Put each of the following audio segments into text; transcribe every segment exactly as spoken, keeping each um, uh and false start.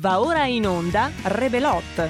Va ora in onda Rebelot.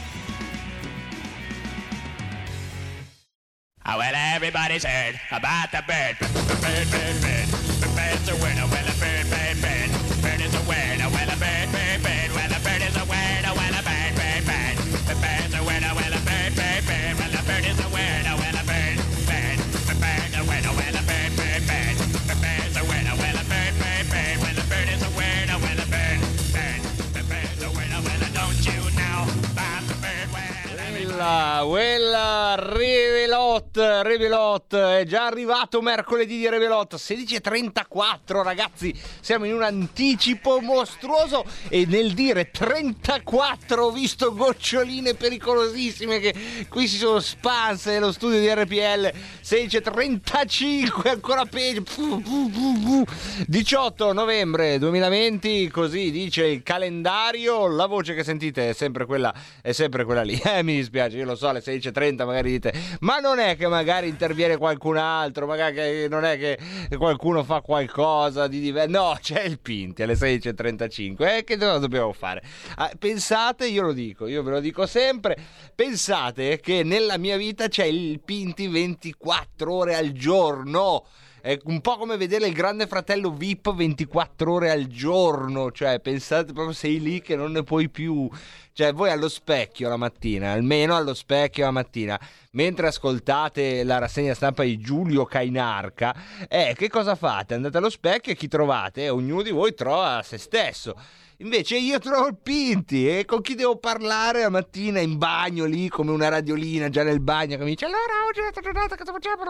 Oh, well, everybody's heard about the bird. Bird, bird, bird. The bird's a word. Oh, well, a bird, bird, bird. Bird is a word. Oh, well, a bird, bird, bird. Well, a bird is a word. Oh, well, a bird, bird, bird. The bird's a word. Oh, well, a bird, bird, bird. Well, a bird is a word. Oh, well, a bird, bird. The bird's a word. Oh, well, a bird, bird, bird. The bird's a word. Oh, well, a bird, bird, bird. Well, a bird is a word. Oh, well, a bird, bird. The bird's a word. Oh, well, don't you know about the bird? Quella, quella Rebelot, Rebelot, è già arrivato mercoledì di Rebelot, sedici e trentaquattro ragazzi, siamo in un anticipo mostruoso e nel dire trentaquattro ho visto goccioline pericolosissime che qui si sono spanse nello studio di R P L. Sedici e trentacinque, ancora peggio. Diciotto novembre duemilaventi, così dice il calendario. La voce che sentite è sempre quella, è sempre quella lì, eh, mi dispiace, io lo so, alle sedici e trenta magari dite ma non è che magari interviene qualcun altro, magari che non è che qualcuno fa qualcosa di diverso. No, c'è il Pinti alle sedici e trentacinque, eh, che cosa dobbiamo fare? Ah, pensate, io lo dico, io ve lo dico sempre, pensate che nella mia vita c'è il Pinti ventiquattro ore al giorno. È un po' come vedere il Grande Fratello V I P ventiquattro ore al giorno, cioè pensate proprio, sei lì che non ne puoi più, cioè voi allo specchio la mattina, almeno allo specchio la mattina, mentre ascoltate la rassegna stampa di Giulio Cainarca, eh, che cosa fate? Andate allo specchio e chi trovate? Ognuno di voi trova se stesso. Invece io trovo il Pinti, e con chi devo parlare la mattina in bagno lì come una radiolina già nel bagno che mi dice allora oggi è la giornata, cosa facciamo?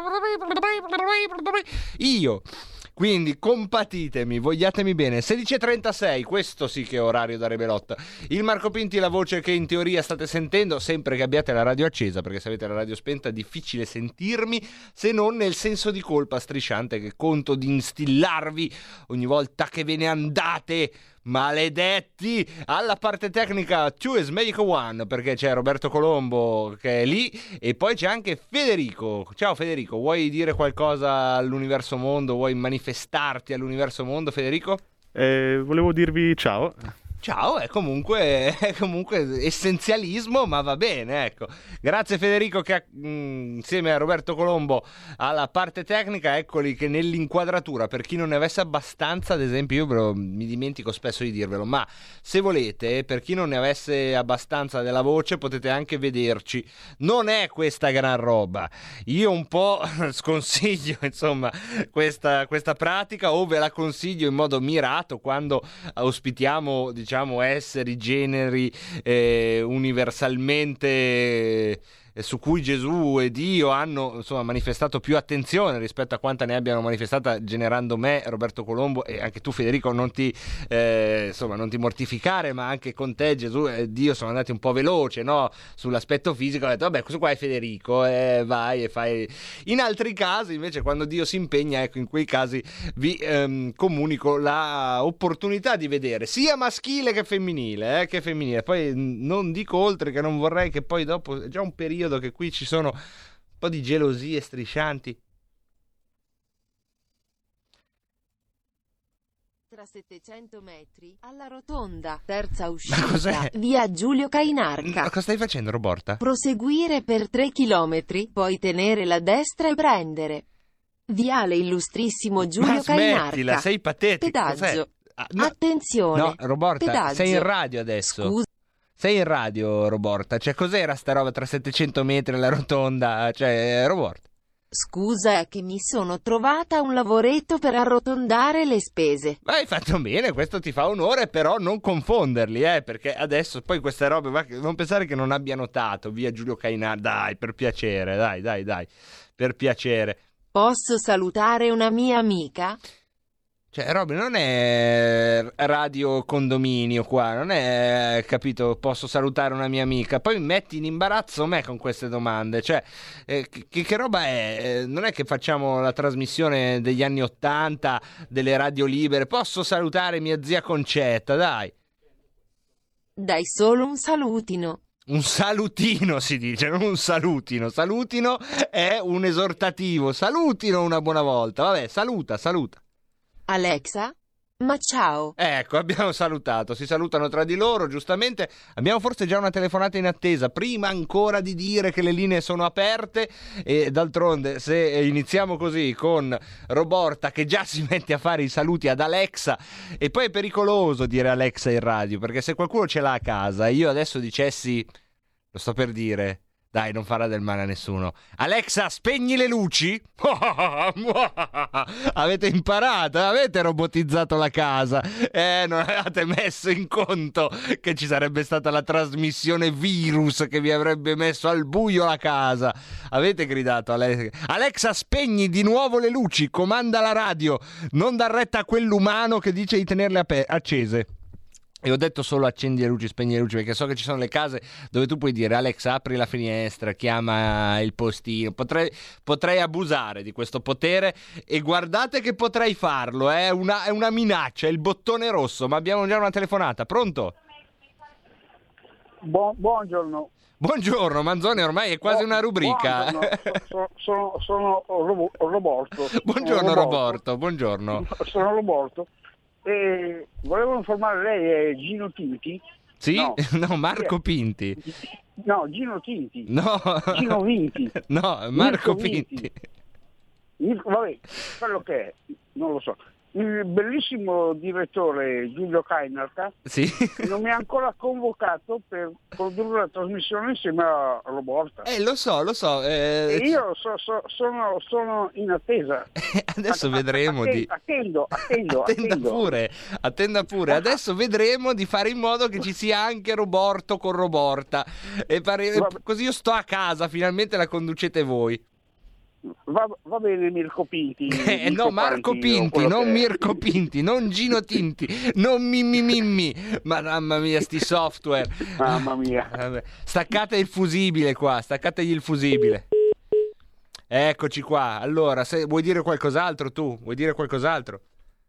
Io. Quindi compatitemi, vogliatemi bene. Sedici e trentasei, questo sì che è orario da Rebelot. Il Marco Pinti, la voce che in teoria state sentendo, sempre che abbiate la radio accesa, perché se avete la radio spenta è difficile sentirmi, se non nel senso di colpa strisciante che conto di instillarvi ogni volta che ve ne andate. Maledetti! Alla parte tecnica Two is Medical One, perché c'è Roberto Colombo che è lì e poi c'è anche Federico. Ciao Federico, vuoi dire qualcosa all'universo mondo? Vuoi manifestarti all'universo mondo, Federico? Eh, volevo dirvi ciao. Ciao, è comunque, è comunque essenzialismo, ma va bene, ecco. Grazie Federico che mh, insieme a Roberto Colombo alla parte tecnica, eccoli che nell'inquadratura, per chi non ne avesse abbastanza, ad esempio io però mi dimentico spesso di dirvelo, ma se volete, per chi non ne avesse abbastanza della voce, potete anche vederci. Non è questa gran roba, io un po' sconsiglio insomma questa, questa pratica, o ve la consiglio in modo mirato quando ospitiamo, diciamo, diciamo esseri, generi eh, universalmente eh, su cui Gesù e Dio hanno insomma manifestato più attenzione rispetto a quanta ne abbiano manifestata generando me, Roberto Colombo, e anche tu Federico, non ti eh, insomma non ti mortificare, ma anche con te Gesù e Dio sono andati un po' veloce, no? Sull'aspetto fisico ho detto vabbè, questo qua è Federico, eh, vai e fai. In altri casi invece, quando Dio si impegna, ecco, in quei casi vi ehm, comunico la opportunità di vedere sia maschile che femminile, eh, che femminile. Poi non dico oltre, che non vorrei che poi dopo è già un periodo che qui ci sono un po' di gelosie striscianti. Tra settecento metri, alla rotonda, terza uscita, Ma cos'è? via Giulio Cainarca. Ma cosa stai facendo, Roborta? Proseguire per tre chilometri, poi tenere la destra e prendere Viale Illustrissimo Giulio Ma Cainarca. smettila, sei patetico. Pedaggio. Ah, no. Attenzione. No, Roborta, pedaggio. sei in radio adesso. Scusa. Sei in radio, Roborta. Cioè, cos'era sta roba tra settecento metri alla rotonda? Cioè, Roborta. Scusa, è che mi sono trovata un lavoretto per arrotondare le spese. Ma hai fatto bene, questo ti fa onore, però non confonderli, eh, perché adesso poi queste robe, ma non pensare che non abbia notato, via Giulio Cainarca, dai, per piacere, dai, dai, dai, per piacere. Posso salutare una mia amica? Cioè, Robby, non è radio condominio qua, non è, capito, posso salutare una mia amica, poi metti in imbarazzo me con queste domande, cioè, eh, che, che roba è? Non è che facciamo la trasmissione degli anni ottanta, delle radio libere, posso salutare mia zia Concetta, dai. Dai solo un salutino. Un salutino si dice, non un salutino, salutino è un esortativo, salutino una buona volta, vabbè, saluta, saluta. Alexa, Ma ciao. Ecco, abbiamo salutato, si salutano tra di loro, giustamente. Abbiamo forse già una telefonata in attesa, prima ancora di dire che le linee sono aperte, e d'altronde se iniziamo così con Roborta che già si mette a fare i saluti ad Alexa, e poi è pericoloso dire Alexa in radio, perché se qualcuno ce l'ha a casa e io adesso dicessi, lo sto per dire... Dai, non farà del male a nessuno. Alexa, spegni le luci? Avete imparato, avete robotizzato la casa. Eh, non avevate messo in conto che ci sarebbe stata la trasmissione virus che vi avrebbe messo al buio la casa. Avete gridato, Alexa, Alexa, spegni di nuovo le luci, comanda la radio. Non dar retta a quell'umano che dice di tenerle ape- accese. E ho detto solo accendi le luci, spegni le luci, perché so che ci sono le case dove tu puoi dire Alexa apri la finestra, chiama il postino. Potrei, potrei abusare di questo potere, e guardate che potrei farlo, è una, è una minaccia, è il bottone rosso. Ma abbiamo già una telefonata, pronto? Bu- buongiorno. Buongiorno Manzoni, ormai è quasi una rubrica. Sono, sono, sono Robo- Roborto. Buongiorno sono Roborto, buongiorno. Sono Roborto. E volevo informare lei, è Gino Tinti? Sì? No, no Marco Pinti. No, Gino Tinti. No. Gino Vinti. No, Marco Mirko Pinti. Vinti. Mirko, vabbè, quello che è, non lo so. Il bellissimo direttore Giulio Cainarca Sì. non mi ha ancora convocato per condurre la trasmissione insieme a Roborta. Eh, lo so, lo so. Eh... E io so, so, sono, sono in attesa. Adesso Att- vedremo att- di... Attendo, attendo, Attenda attendo. pure, attenda pure. Adesso vedremo di fare in modo che ci sia anche Roborto con Roborta. E pare... Così io sto a casa, finalmente la conducete voi. Va, va bene Mirko Pinti. Eh, Mirko no, Marco Panti, Pinti, o non quello che è. Mirko Pinti, non Gino Tinti, non Mimmi Mimmi. Ma mamma mia, sti software. Mamma mia. Vabbè. Staccate il fusibile qua, staccategli il fusibile. Eccoci qua. Allora, se vuoi dire qualcos'altro tu? Vuoi dire qualcos'altro?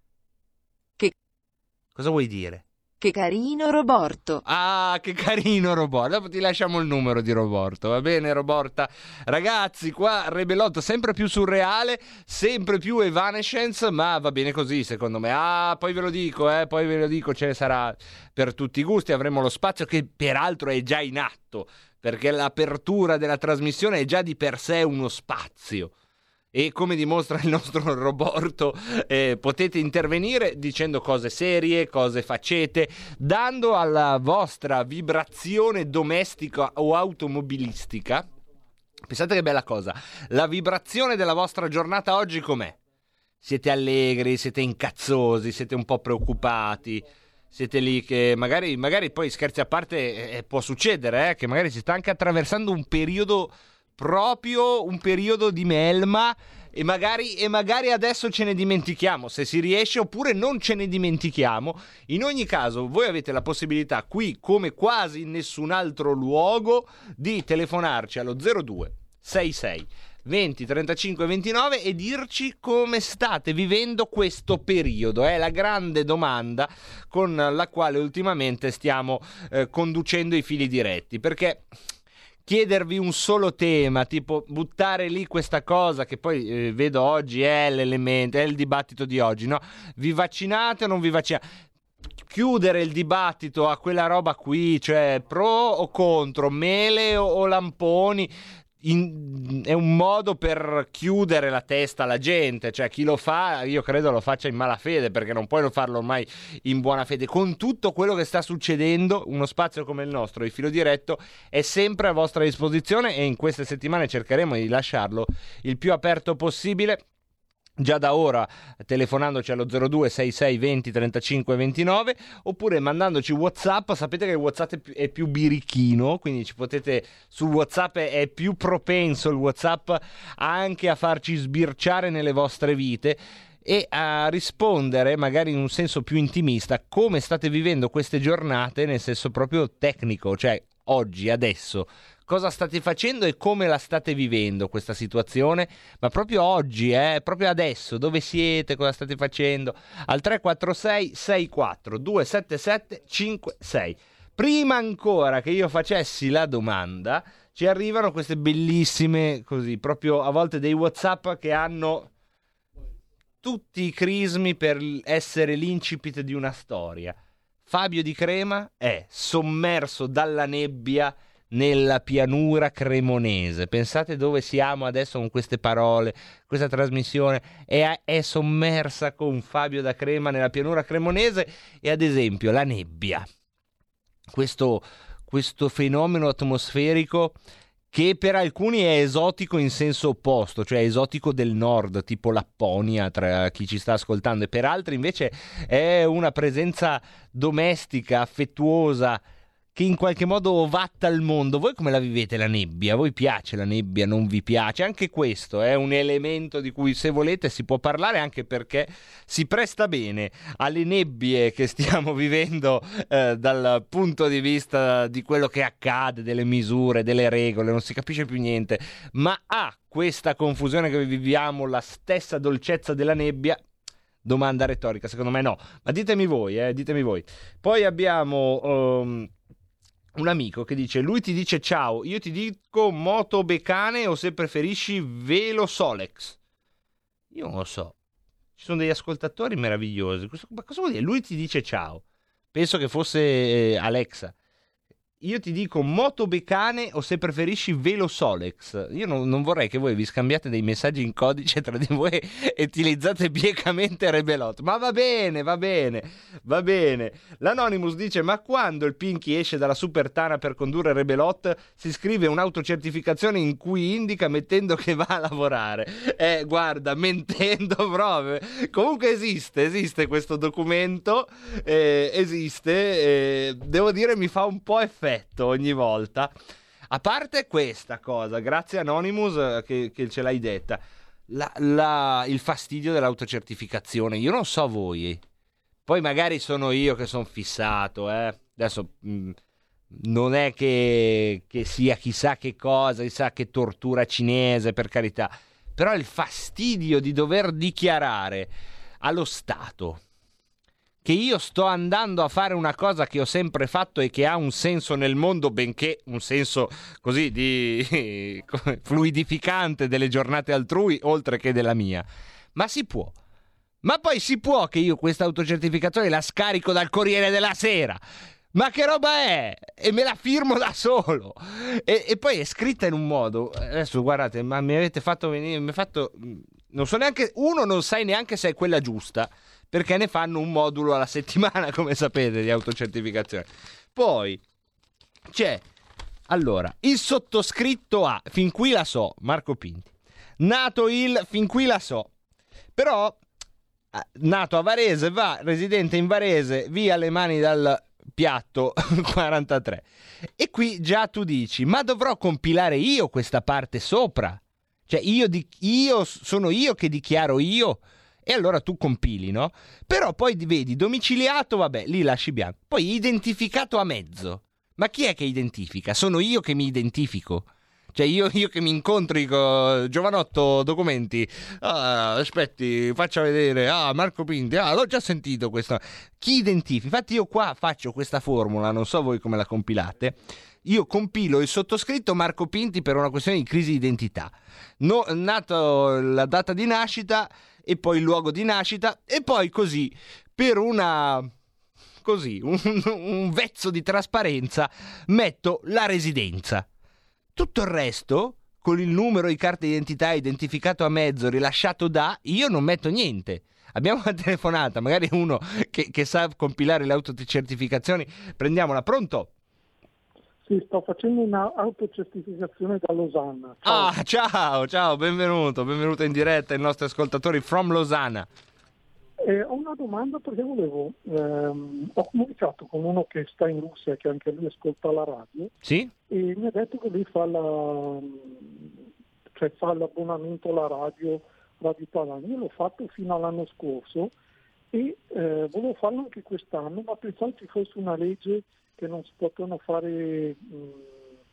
Che... Cosa vuoi dire? Che carino Roborto. Ah, che carino Roborto. Dopo ti lasciamo il numero di Roborto. Va bene, Roborta? Ragazzi, qua Rebelotto sempre più surreale, sempre più Evanescence, ma va bene così, secondo me. Ah, poi ve lo dico, eh, poi ve lo dico, ce ne sarà per tutti i gusti. Avremo lo spazio che peraltro è già in atto, perché l'apertura della trasmissione è già di per sé uno spazio. E come dimostra il nostro Roborto, eh, potete intervenire dicendo cose serie, cose facete, dando alla vostra vibrazione domestica o automobilistica. Pensate che bella cosa, la vibrazione della vostra giornata oggi com'è? Siete allegri, siete incazzosi, siete un po' preoccupati, siete lì che magari, magari poi scherzi a parte, eh, può succedere eh, che magari si sta anche attraversando un periodo... proprio un periodo di melma e magari, e magari adesso ce ne dimentichiamo se si riesce, oppure non ce ne dimentichiamo. In ogni caso voi avete la possibilità qui, come quasi in nessun altro luogo, di telefonarci allo zero due sei sei venti trentacinque ventinove e dirci come state vivendo questo periodo. È la grande domanda con la quale ultimamente stiamo eh, conducendo i fili diretti, perché chiedervi un solo tema, tipo buttare lì questa cosa che poi eh, vedo oggi è l'elemento, è il dibattito di oggi, no? Vi vaccinate o non vi vaccinate? Chiudere il dibattito a quella roba qui, cioè pro o contro, mele o, o lamponi, in, è un modo per chiudere la testa alla gente. Cioè chi lo fa, io credo lo faccia in malafede, perché non puoi farlo ormai in buona fede. Con tutto quello che sta succedendo, uno spazio come il nostro, il filo diretto, è sempre a vostra disposizione, e in queste settimane cercheremo di lasciarlo il più aperto possibile. Già da ora telefonandoci allo zero due sei sei venti trentacinque ventinove, oppure mandandoci WhatsApp. Sapete che il WhatsApp è più, è più birichino, quindi ci potete, su WhatsApp è più propenso il WhatsApp anche a farci sbirciare nelle vostre vite e a rispondere magari in un senso più intimista come state vivendo queste giornate, nel senso proprio tecnico, cioè oggi, adesso. Cosa state facendo e come la state vivendo questa situazione? Ma proprio oggi, eh? Proprio adesso, dove siete? Cosa state facendo? Al tre quattro sei sei quattro due sette sette cinque sei. Prima ancora che io facessi la domanda, ci arrivano queste bellissime, così, proprio a volte dei WhatsApp che hanno tutti i crismi per essere l'incipit di una storia. Fabio Di Crema è sommerso dalla nebbia nella pianura cremonese. Pensate dove siamo adesso con queste parole, questa trasmissione è, è sommersa con Fabio da Crema nella pianura cremonese. E ad esempio la nebbia, questo, questo fenomeno atmosferico che per alcuni è esotico in senso opposto, cioè esotico del nord, tipo Lapponia, tra chi ci sta ascoltando, e per altri invece è una presenza domestica, affettuosa, che in qualche modo ovatta il mondo. Voi come la vivete la nebbia? A voi piace la nebbia? Non vi piace? Anche questo è un elemento di cui, se volete, si può parlare, anche perché si presta bene alle nebbie che stiamo vivendo eh, dal punto di vista di quello che accade, delle misure, delle regole, non si capisce più niente, ma ha questa confusione che viviamo la stessa dolcezza della nebbia? Domanda retorica, secondo me no, ma ditemi voi, eh, ditemi voi. Poi abbiamo um, un amico che dice: lui ti dice ciao, io ti dico moto Becane o se preferisci velo Solex. Io non lo so, ci sono degli ascoltatori meravigliosi. Ma cosa vuol dire? Lui ti dice ciao, penso che fosse eh, Alexa. Io ti dico moto Becane o se preferisci velo Solex. Io non, non vorrei che voi vi scambiate dei messaggi in codice tra di voi e utilizzate biecamente Rebelot. Ma va bene, va bene, va bene. L'Anonymous dice: ma quando il Pinky esce dalla super tana per condurre Rebelot si scrive un'autocertificazione in cui indica mettendo che va a lavorare. Eh, guarda, mentendo proprio. Comunque esiste, esiste questo documento, eh, esiste. Eh, devo dire mi fa un po' effetto ogni volta. A parte questa cosa, grazie Anonymous che, che ce l'hai detta, la, la, il fastidio dell'autocertificazione. Io non so voi, poi magari sono io che sono fissato, eh. Adesso mh, non è che, che sia chissà che cosa, chissà che tortura cinese, per carità, però il fastidio di dover dichiarare allo Stato che io sto andando a fare una cosa che ho sempre fatto e che ha un senso nel mondo, benché un senso così di fluidificante delle giornate altrui oltre che della mia. Ma si può. Ma poi si può che io questa autocertificazione la scarico dal Corriere della Sera. Ma che roba è? E me la firmo da solo. E, e poi è scritta in un modo. Adesso guardate, ma mi avete fatto venire, mi ha fatto, non so neanche, uno non sai neanche se è quella giusta, perché ne fanno un modulo alla settimana, come sapete, di autocertificazione. Poi c'è, allora, il sottoscritto A, fin qui la so, Marco Pinti. Nato il, fin qui la so. Però, nato a Varese, va, residente in Varese, via le mani dal piatto, quarantatré. E qui già tu dici, ma dovrò compilare io questa parte sopra? Cioè, io, di, io sono io che dichiaro io? E allora tu compili, no? Però poi vedi, domiciliato, vabbè, lì lasci bianco. Poi identificato a mezzo. Ma chi è che identifica? Sono io che mi identifico. Cioè io, io che mi incontri con Giovanotto documenti. Ah, aspetti, faccia vedere. Ah, Marco Pinti. Ah, l'ho già sentito questo. Chi identifica? Infatti io qua faccio questa formula, non so voi come la compilate. Io compilo il sottoscritto Marco Pinti per una questione di crisi di identità. No, nato la data di nascita e poi il luogo di nascita e poi così per una così un, un vezzo di trasparenza metto la residenza. Tutto il resto con il numero di carta d'identità identificato a mezzo rilasciato da, io non metto niente. Abbiamo una telefonata, magari uno che, che sa compilare le autocertificazioni. Prendiamola. Pronto? Sì, sto facendo un'autocertificazione da Losanna. Ciao. Ah, ciao, ciao, benvenuto, benvenuto in diretta ai nostri ascoltatori from Losanna. Eh, ho una domanda perché volevo, ehm, ho comunicato con uno che sta in Russia, che anche lui ascolta la radio, sì? E mi ha detto che lui fa, la, cioè fa l'abbonamento alla radio, Radio Italiana. Io l'ho fatto fino all'anno scorso e eh, volevo farlo anche quest'anno, ma pensavo ci fosse una legge che non si potevano fare mh,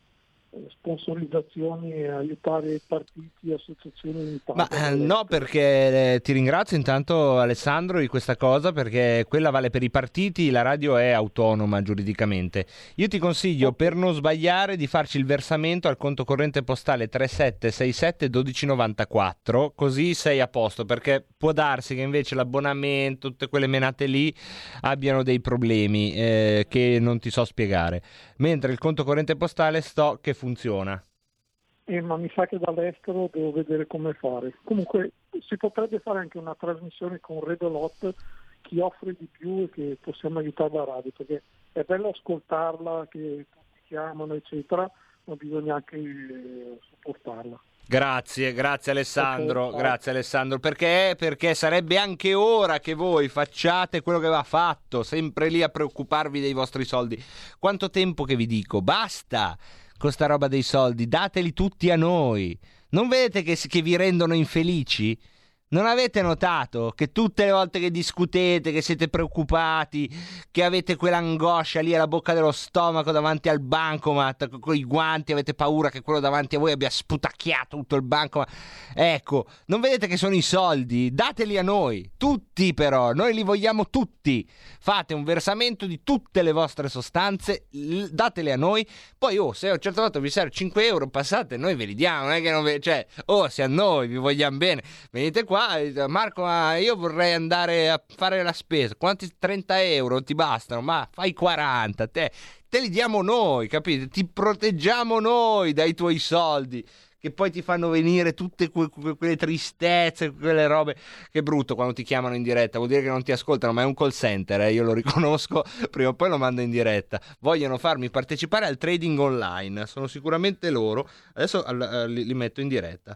sponsorizzazioni e aiutare partiti, associazioni in Italia. Ma eh, no, perché eh, ti ringrazio intanto Alessandro di questa cosa, perché quella vale per i partiti, la radio è autonoma giuridicamente. Io ti consiglio, per non sbagliare, di farci il versamento al conto corrente postale tre sette sei sette uno due nove quattro, così sei a posto, perché può darsi che invece l'abbonamento, tutte quelle menate lì abbiano dei problemi eh, che non ti so spiegare, mentre il conto corrente postale sto che funziona. Eh, ma mi sa che dall'estero devo vedere come fare. Comunque si potrebbe fare anche una trasmissione con Rebelot, chi offre di più e che possiamo aiutare la radio, perché è bello ascoltarla, che tutti chiamano eccetera, ma bisogna anche eh, supportarla. Grazie, grazie Alessandro, Okay, grazie Alessandro, perché? Perché sarebbe anche ora che voi facciate quello che va fatto, sempre lì a preoccuparvi dei vostri soldi. Quanto tempo che vi dico, basta con sta roba dei soldi, dateli tutti a noi. Non vedete che, che vi rendono infelici? Non avete notato che tutte le volte che discutete, che siete preoccupati, che avete quell'angoscia lì alla bocca dello stomaco davanti al bancomat, con i guanti, avete paura che quello davanti a voi abbia sputacchiato tutto il bancomat? Ecco, non vedete che sono i soldi? Dateli a noi, tutti però, noi li vogliamo tutti. Fate un versamento di tutte le vostre sostanze, datele a noi. Poi, oh, se a un certo punto vi serve cinque euro, passate, noi ve li diamo, non è che non ve... cioè, oh, se a noi vi vogliamo bene, venite qua. Marco, ma io vorrei andare a fare la spesa, quanti trenta euro ti bastano? Ma fai quaranta, te, te li diamo noi, capite? Ti proteggiamo noi dai tuoi soldi, che poi ti fanno venire tutte que- que- quelle tristezze, quelle robe. Che brutto quando ti chiamano in diretta, vuol dire che non ti ascoltano, ma è un call center, eh? Io lo riconosco, prima o poi lo mando in diretta. Vogliono farmi partecipare al trading online, sono sicuramente loro. Adesso uh, li, li metto in diretta.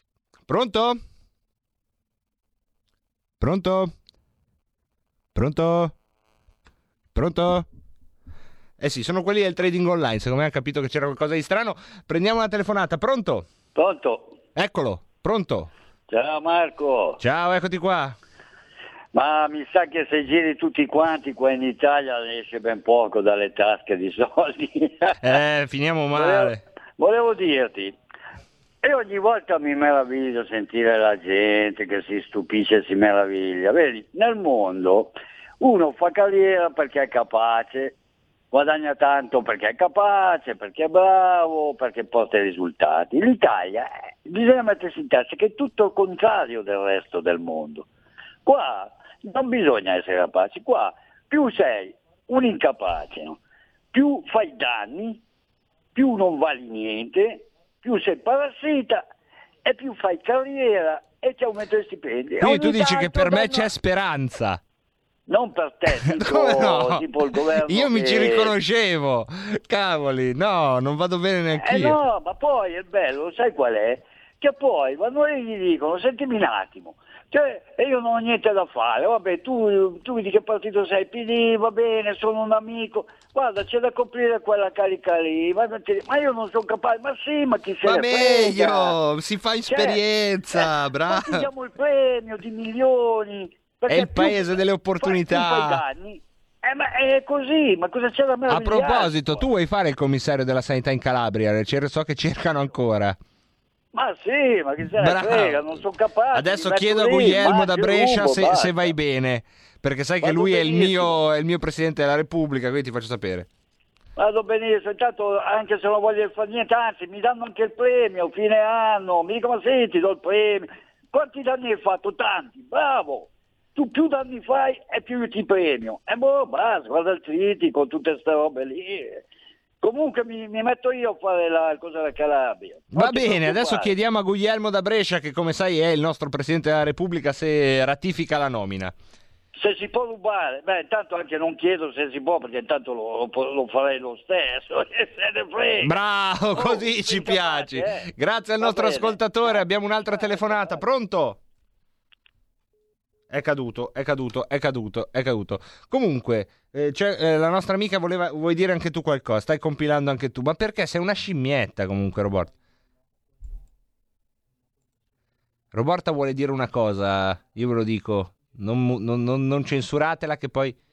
Pronto? Pronto? Pronto? Pronto? Eh sì, sono quelli del trading online. Secondo me ha capito che c'era qualcosa di strano. Prendiamo una telefonata. Pronto? Pronto? Eccolo, pronto. Ciao Marco. Ciao, eccoti qua. Ma mi sa che se giri tutti quanti qua in Italia ne esce ben poco dalle tasche di soldi. Eh, finiamo male. Volevo, volevo dirti, e ogni volta mi meraviglio sentire la gente che si stupisce e si meraviglia. Vedi, nel mondo uno fa carriera perché è capace, guadagna tanto perché è capace, perché è bravo, perché porta i risultati. L'Italia, eh, bisogna mettersi in testa che è tutto il contrario del resto del mondo. Qua non bisogna essere capaci, qua più sei un incapace, no? Più fai danni, più non vali niente, più sei parassita e più fai carriera e ti aumenta il stipendio. Quindi tu Ogni dici che per me danno... c'è speranza. Non per te, tipo, Come no? tipo il governo. Io mi che... ci riconoscevo. Cavoli, no, non vado bene neanche Eh io. no, ma poi è bello, sai qual è? Che poi quando gli dicono, sentimi un attimo, cioè, e io non ho niente da fare, vabbè, tu, tu di che partito sei? P D, va bene, sono un amico, guarda, c'è da coprire quella carica lì, ma, ma io non sono capace, ma sì, ma chi se Ma ne frega? meglio, si fa esperienza, Cioè, eh, bravo. Ma ti diamo il premio di milioni. È il paese delle opportunità. Fai, fai danni. Eh, ma è così, ma cosa c'è da A meravigliare? proposito, tu vuoi fare il commissario della sanità in Calabria? So che cercano ancora. Ma sì, ma chi se ne Bravo. frega, non sono capace. Adesso mi chiedo a metto lì, Guglielmo da mangio, Brescia rubo, se, basta. se vai bene, perché sai che Vado lui è il, benissimo. mio, è il mio presidente della Repubblica, quindi ti faccio sapere. Vado benissimo, intanto anche se non voglio fare niente, anzi mi danno anche il premio, fine anno, mi dicono ma sì, ti do il premio. Quanti danni hai fatto? Tanti, bravo. Tu più danni fai e più io ti premio. E boh, basta, guarda il Triti con tutte queste robe lì. Comunque mi, mi metto io a fare la cosa della Calabria. Non Va ti bene, adesso preoccupare. chiediamo a Guglielmo da Brescia, che come sai è il nostro presidente della Repubblica, se ratifica la nomina. Se si può rubare, beh intanto anche non chiedo se si può, perché intanto lo, lo, lo farei lo stesso, e se ne frega. Bravo, Oh, così ci sei piaci. capace, eh? Grazie al Va nostro bene. ascoltatore, abbiamo un'altra telefonata. Pronto? È caduto, è caduto, è caduto, è caduto. Comunque, eh, c'è, eh, la nostra amica voleva, vuoi dire anche tu qualcosa? Stai compilando anche tu, ma perché sei una scimmietta comunque, Roborta? Roborta vuole dire una cosa, io ve lo dico, non, non, non, non censuratela che poi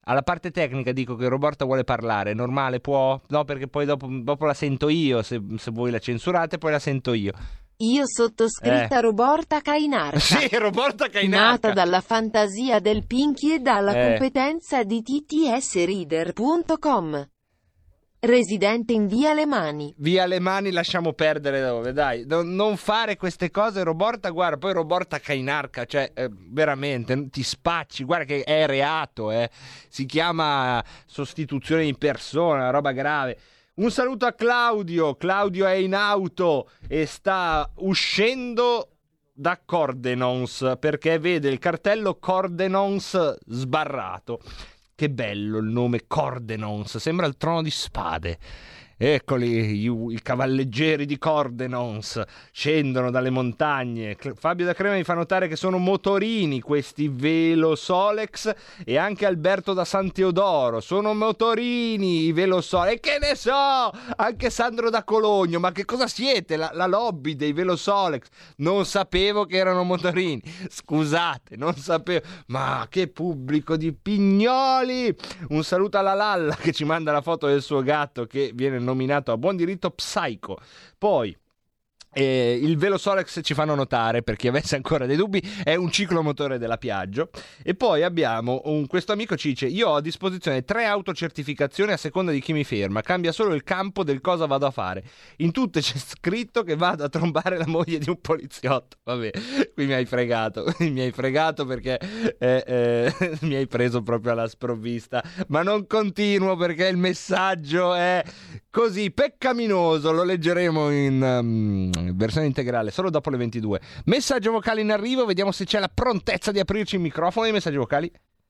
Alla parte tecnica dico che Roborta vuole parlare, normale, può? No, perché poi dopo, dopo la sento io, se, se voi la censurate poi la sento io. Io sottoscritta Eh. Roborta Cainarca. Sì, Roborta Cainarca. Nata dalla fantasia del Pinky e dalla Eh. competenza di t t s reader punto com. Residente in via Le Mani. Via Le Mani, lasciamo perdere dove, dai, non, non fare queste cose, Roborta, guarda, poi Roborta Cainarca, cioè, eh, veramente, ti spacci, guarda che è reato, eh. Si chiama sostituzione in persona, roba grave. Un saluto a Claudio, Claudio è in auto e sta uscendo da Cordenons, perché vede il cartello Cordenons sbarrato. Che bello il nome Cordenons, sembra il Trono di Spade. Eccoli, i, i cavalleggeri di Cordenons scendono dalle montagne. Fabio da Crema mi fa notare che sono motorini questi Velo Solex, e anche Alberto da San Teodoro, sono motorini i Velo Solex. E che ne so, anche Sandro da Cologno, ma che cosa siete? La, la lobby dei Velo Solex? Non sapevo che erano motorini, scusate, non sapevo. Ma che pubblico di pignoli! Un saluto alla Lalla che ci manda la foto del suo gatto che viene nominato a buon diritto Psycho. Poi eh, il Velo Solex, ci fanno notare, per chi avesse ancora dei dubbi, è un ciclomotore della Piaggio. E poi abbiamo un, questo amico ci dice: io ho a disposizione tre autocertificazioni a seconda di chi mi ferma, cambia solo il campo del cosa vado a fare. In tutte c'è scritto che vado a trombare la moglie di un poliziotto. Vabbè, qui mi hai fregato mi hai fregato perché eh, eh, mi hai preso proprio alla sprovvista, ma non continuo perché il messaggio è così peccaminoso. Lo leggeremo in um, versione integrale solo dopo le ventidue. Messaggio vocale in arrivo, vediamo se c'è la prontezza di aprirci il microfono dei messaggi vocali.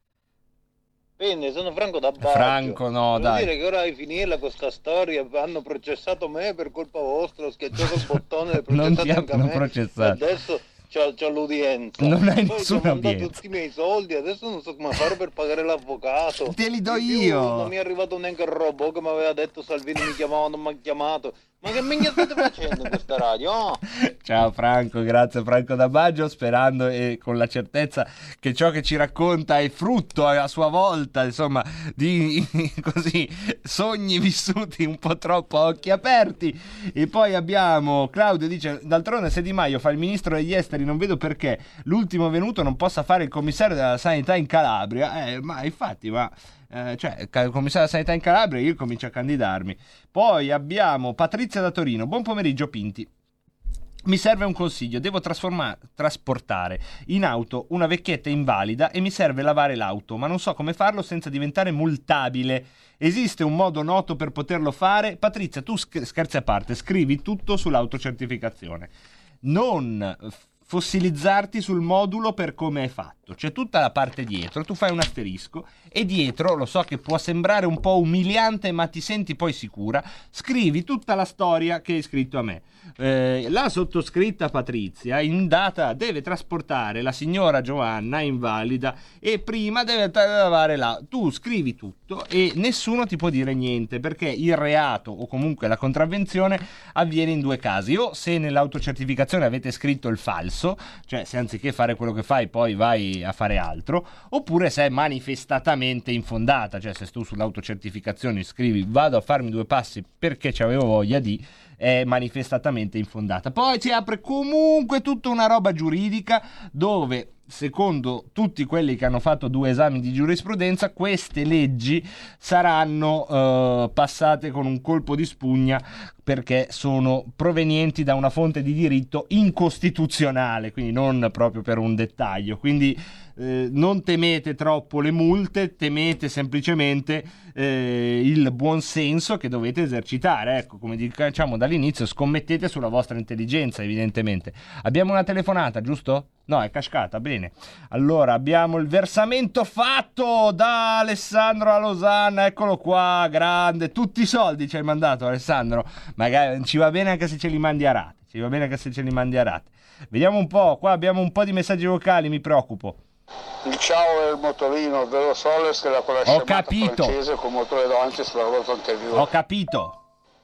Bene, sono Franco da Baggio. Franco, no, Devo dai. dire che ora di finirla questa storia, hanno processato me per colpa vostra, ho schiacciato il bottone e Non ti processato anche a hanno me. processato. Adesso c'ho, c'ho l'udienza. Non hai Poi nessuna ci ho mandato udienza. tutti i miei soldi, adesso non so come fare per pagare l'avvocato. Te li do In più io. Non mi è arrivato neanche il robot che mi aveva detto Salvini mi chiamava, non mi ha chiamato. Ma che minchia state facendo in questa radio? Oh? Ciao Franco, grazie Franco da Baggio, sperando e con la certezza che ciò che ci racconta è frutto a sua volta, insomma, di così sogni vissuti un po' troppo a occhi aperti. E poi abbiamo Claudio dice: d'altronde se Di Maio fa il ministro degli esteri non vedo perché l'ultimo venuto non possa fare il commissario della sanità in Calabria. Eh, ma infatti, ma Eh, cioè, il commissario della sanità in Calabria, io comincio a candidarmi. Poi abbiamo Patrizia da Torino. Buon pomeriggio Pinti. Mi serve un consiglio, devo trasformare, trasportare in auto una vecchietta invalida e mi serve lavare l'auto, ma non so come farlo senza diventare multabile. Esiste un modo noto per poterlo fare? Patrizia, tu scherzi a parte, scrivi tutto sull'autocertificazione. Non fossilizzarti sul modulo per come è fatto. C'è tutta la parte dietro, tu fai un asterisco e dietro, lo so che può sembrare un po' umiliante ma ti senti poi sicura, scrivi tutta la storia che hai scritto a me. Eh, la sottoscritta Patrizia in data deve trasportare la signora Giovanna invalida e prima deve lavare là. Tu scrivi tutto e nessuno ti può dire niente, perché il reato o comunque la contravvenzione avviene in due casi: o se nell'autocertificazione avete scritto il falso, cioè se anziché fare quello che fai poi vai a fare altro, oppure se è manifestatamente infondata, cioè se tu sull'autocertificazione scrivi vado a farmi due passi perché ci avevo voglia di, è manifestatamente infondata. Poi si apre comunque tutta una roba giuridica dove, secondo tutti quelli che hanno fatto due esami di giurisprudenza, queste leggi saranno eh, passate con un colpo di spugna perché sono provenienti da una fonte di diritto incostituzionale, quindi non proprio per un dettaglio. Quindi eh, non temete troppo le multe, temete semplicemente eh, il buon senso che dovete esercitare. Ecco, come diciamo dall'inizio, scommettete sulla vostra intelligenza, evidentemente. Abbiamo una telefonata, giusto? No, è cascata, bene. Allora, abbiamo il versamento fatto da Alessandro a Losanna, eccolo qua, grande, tutti i soldi ci hai mandato Alessandro, magari ci va bene anche se ce li mandi a rate, ci va bene anche se ce li mandi a rate. Vediamo un po', qua abbiamo un po' di messaggi vocali, mi preoccupo. Il ciao è il motorino Velo Solex, che era quella scemata francese con motore davanti sulla ruota anteriore. Ho capito.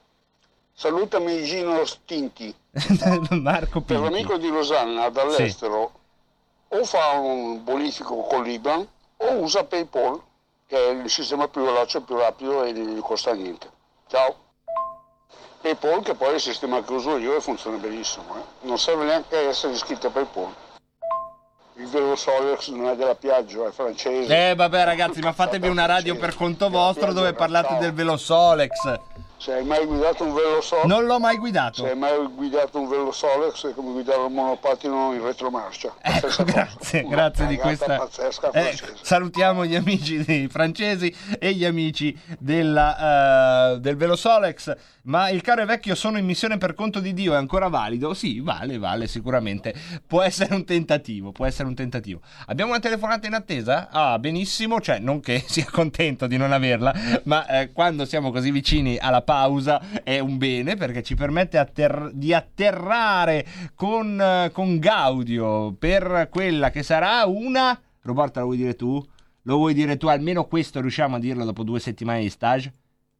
Salutami Gino Stinti. Marco Pinti. Per l'amico di Losanna dall'estero, sì, o fa un bonifico con l'I B A N o usa PayPal. che è il sistema più veloce, più rapido e non costa niente. Ciao. PayPal, che poi è il sistema che uso io e funziona benissimo, eh. Non serve neanche essere iscritto a PayPal. Il vero Solex non è della Piaggio, è francese. Eh vabbè ragazzi, ma fatevi una radio per conto vostro dove parlate del velo Solex. Se hai mai guidato un velo Solex? Non l'ho mai guidato. Se hai mai guidato un velo Solex è come guidare un monopattino in retromarcia. Ecco, grazie, cosa. grazie Una di questa. Pazzesca Eh, francese. salutiamo gli amici dei francesi e gli amici della, uh, del velo Solex. Ma il caro e vecchio sono in missione per conto di Dio è ancora valido? Sì, vale, vale sicuramente. Può essere un tentativo, può essere un tentativo. Abbiamo una telefonata in attesa? Ah, benissimo, cioè non che sia contento di non averla, ma eh, quando siamo così vicini alla pausa è un bene perché ci permette atter- di atterrare con, uh, con gaudio per quella che sarà una... Roberta, lo vuoi dire tu? Lo vuoi dire tu? Almeno questo riusciamo a dirlo dopo due settimane di stage?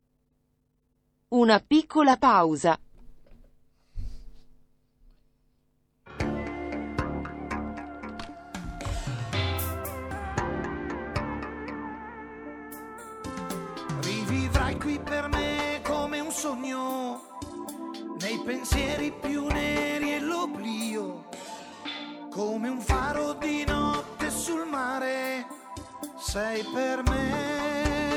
Una piccola pausa. Rivivrai qui per me come un sogno, nei pensieri più neri e l'oblio, come un faro di notte sul mare, sei per me.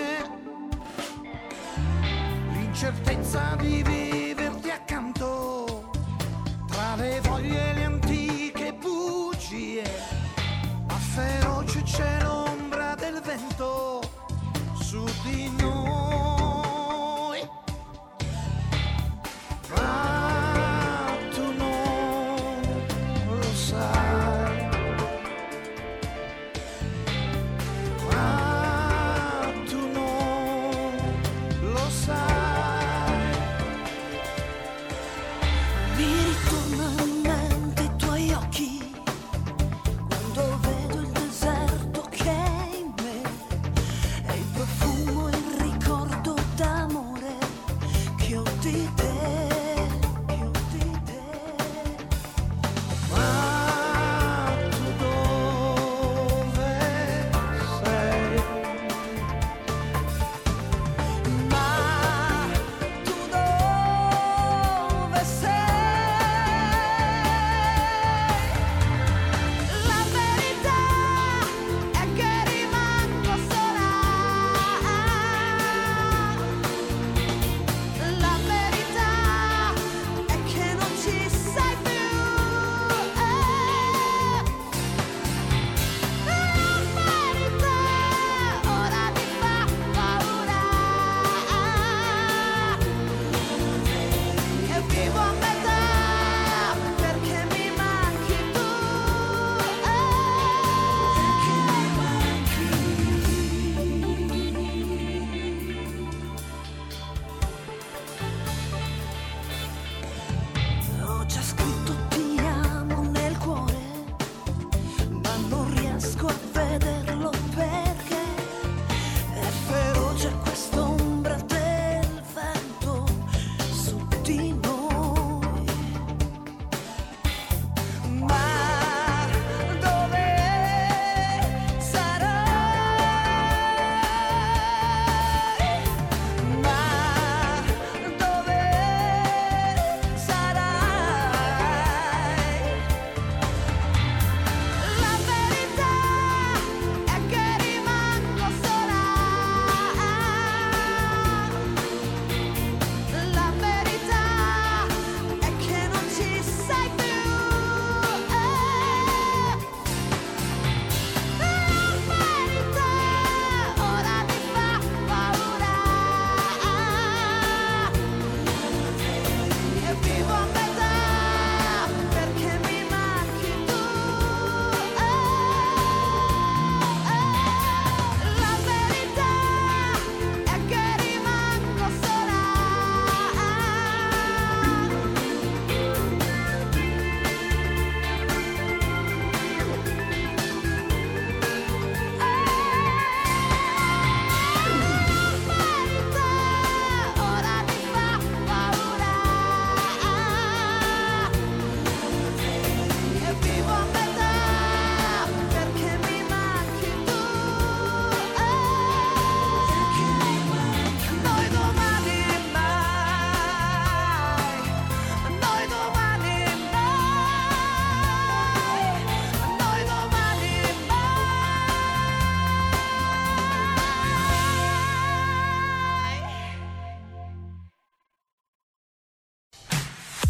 L'incertezza di viverti accanto, tra le voglie e le antiche bugie, a feroce c'è l'ombra del vento su di noi. Ma tu non lo sai, ma tu non lo sai. Mi ritornano in mente i tuoi occhi, quando vedo il deserto che è in me, e il profumo, il ricordo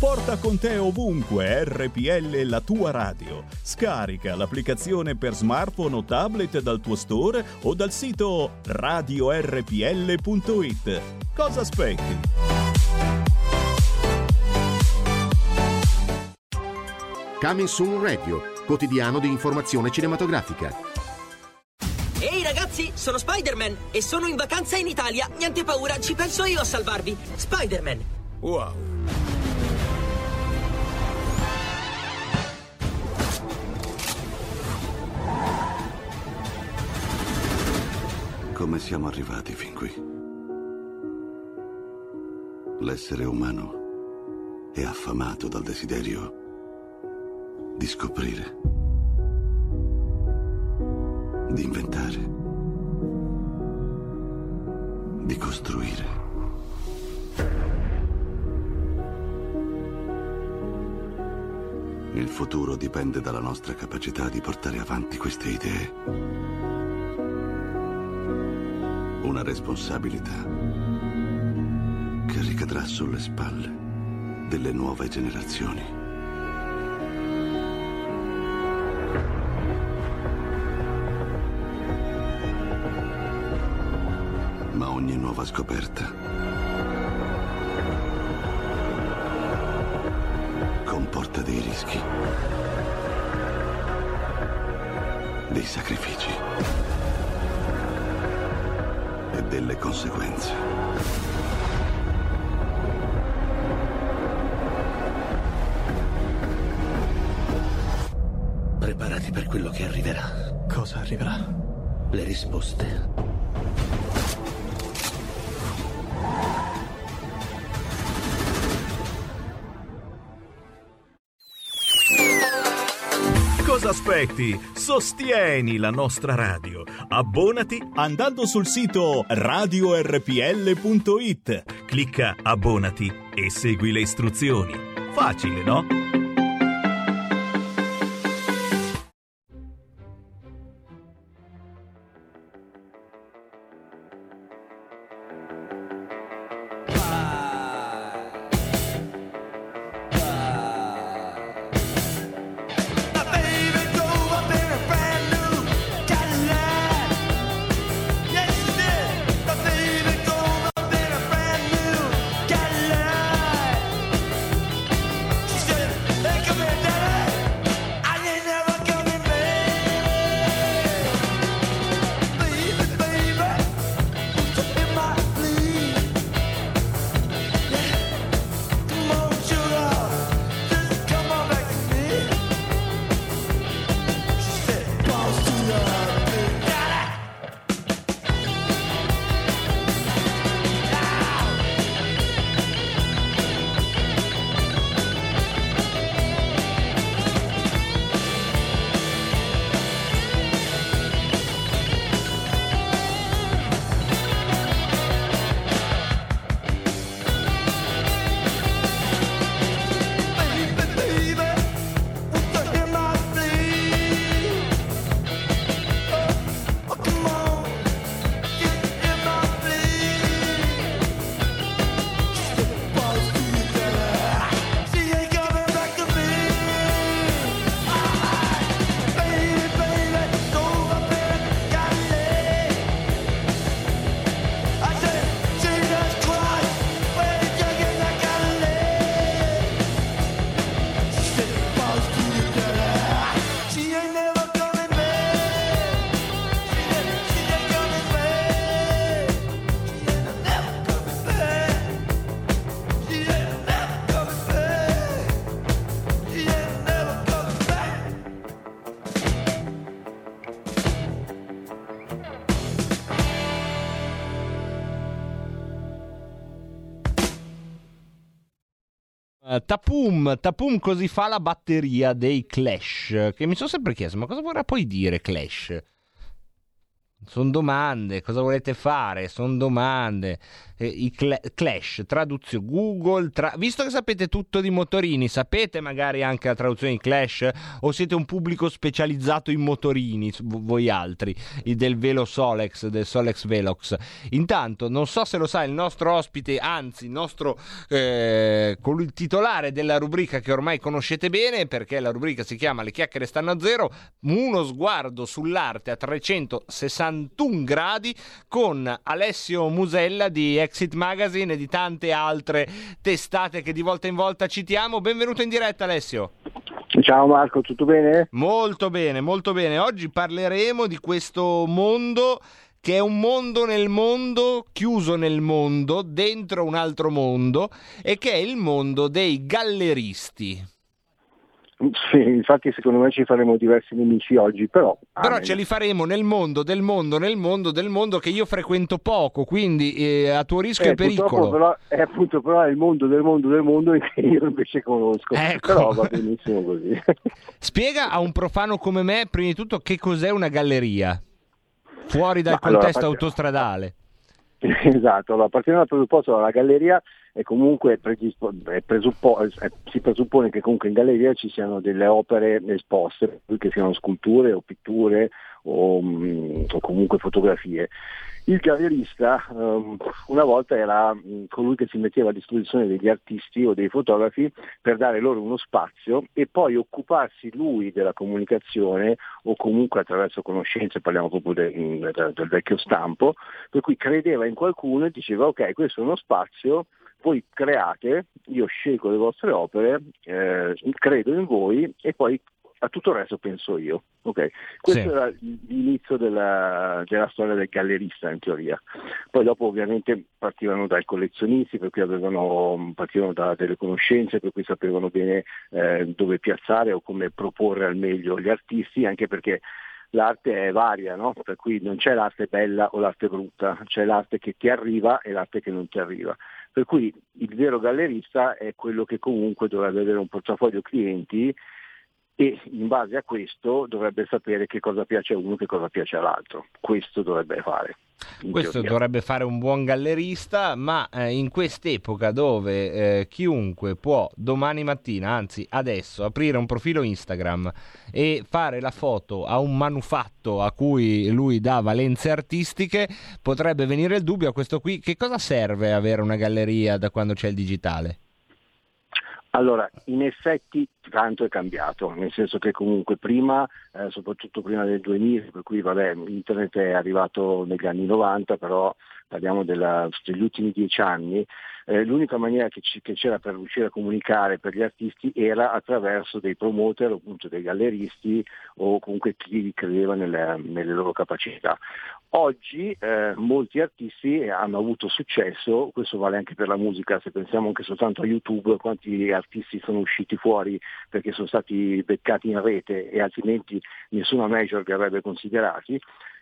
Porta con te ovunque R P L, la tua radio. Scarica l'applicazione per smartphone o tablet dal tuo store o dal sito radio r p l punto i t. Cosa aspetti? Coming Soon Radio, quotidiano di informazione cinematografica. Ehi ragazzi, sono Spider-Man e sono in vacanza in Italia. Niente paura, ci penso io a salvarvi. Spider-Man. Wow. Come siamo arrivati fin qui? L'essere umano è affamato dal desiderio di scoprire, di inventare, di costruire. Il futuro dipende dalla nostra capacità di portare avanti queste idee. Una responsabilità che ricadrà sulle spalle delle nuove generazioni. Ma ogni nuova scoperta comporta dei rischi, dei sacrifici e delle conseguenze. Preparati per quello che arriverà. Cosa arriverà? Le risposte. Cosa aspetti? Sostieni la nostra radio. Abbonati andando sul sito radio r p l punto i t. Clicca abbonati e segui le istruzioni. Facile, no? Tapum, Tapum così fa la batteria dei Clash, che mi sono sempre chiesto, ma cosa vorrà poi dire Clash? Sono domande, cosa volete fare? Sono domande. Eh, I cl- Clash, traduzione, Google, tra- visto che sapete tutto di motorini, sapete magari anche la traduzione di Clash? O siete un pubblico specializzato in motorini, voi altri, i del Velo Solex, del Solex Velox? Intanto, non so se lo sa il nostro ospite, anzi il nostro eh, colui il titolare della rubrica che ormai conoscete bene, perché la rubrica si chiama Le chiacchiere stanno a zero, uno sguardo sull'arte a trecentosessantuno gradi con Alessio Musella di Exit Magazine e di tante altre testate che di volta in volta citiamo. Benvenuto in diretta, Alessio. Ciao Marco, tutto bene? Molto bene, molto bene. Oggi parleremo di questo mondo che è un mondo nel mondo, chiuso nel mondo, dentro un altro mondo, e che è il mondo dei galleristi. Sì, infatti secondo me ci faremo diversi nemici oggi, però... Però amen. ce li faremo nel mondo del mondo, nel mondo del mondo che io frequento poco, quindi eh, a tuo rischio eh, e pericolo. Però, è appunto però è il mondo del mondo del mondo che io invece conosco, ecco. Però va benissimo così. Spiega a un profano come me, prima di tutto, che cos'è una galleria, fuori dal Ma, contesto allora, autostradale. Esatto, allora partiamo dal presupposto che la galleria è comunque predispo- è presuppo- è, si presuppone che comunque in galleria ci siano delle opere esposte, che siano sculture o pitture o, mh, o comunque fotografie. Il gallerista um, una volta era mh, colui che si metteva a disposizione degli artisti o dei fotografi per dare loro uno spazio e poi occuparsi lui della comunicazione o comunque attraverso conoscenze, parliamo proprio de, de, del vecchio stampo, per cui credeva in qualcuno e diceva ok, questo è uno spazio, voi create, io scelgo le vostre opere, eh, credo in voi e poi a tutto il resto penso io. Okay. Questo sì. era l'inizio della, della storia del gallerista in teoria. Poi dopo ovviamente partivano dai collezionisti, per cui avevano, partivano da delle conoscenze, per cui sapevano bene eh, dove piazzare o come proporre al meglio gli artisti, anche perché l'arte è varia, no? Per cui non c'è l'arte bella o l'arte brutta, c'è l'arte che ti arriva e l'arte che non ti arriva. Per cui il vero gallerista è quello che comunque dovrebbe avere un portafoglio clienti e in base a questo dovrebbe sapere che cosa piace a uno e che cosa piace all'altro. Questo dovrebbe fare. Questo teoria. dovrebbe fare un buon gallerista, ma eh, in quest'epoca dove eh, chiunque può domani mattina, anzi adesso, aprire un profilo Instagram e fare la foto a un manufatto a cui lui dà valenze artistiche, potrebbe venire il dubbio a questo qui: che cosa serve avere una galleria da quando c'è il digitale? Allora, in effetti tanto è cambiato, nel senso che comunque prima, eh, soprattutto prima del duemila, per cui vabbè, internet è arrivato negli anni novanta, però parliamo della, degli ultimi dieci anni, eh, l'unica maniera che, ci, che c'era per riuscire a comunicare per gli artisti era attraverso dei promoter, appunto dei galleristi o comunque chi credeva nelle, nelle loro capacità. Oggi eh, molti artisti hanno avuto successo, questo vale anche per la musica, se pensiamo anche soltanto a YouTube, quanti artisti sono usciti fuori perché sono stati beccati in rete e altrimenti nessuna major li avrebbe considerati,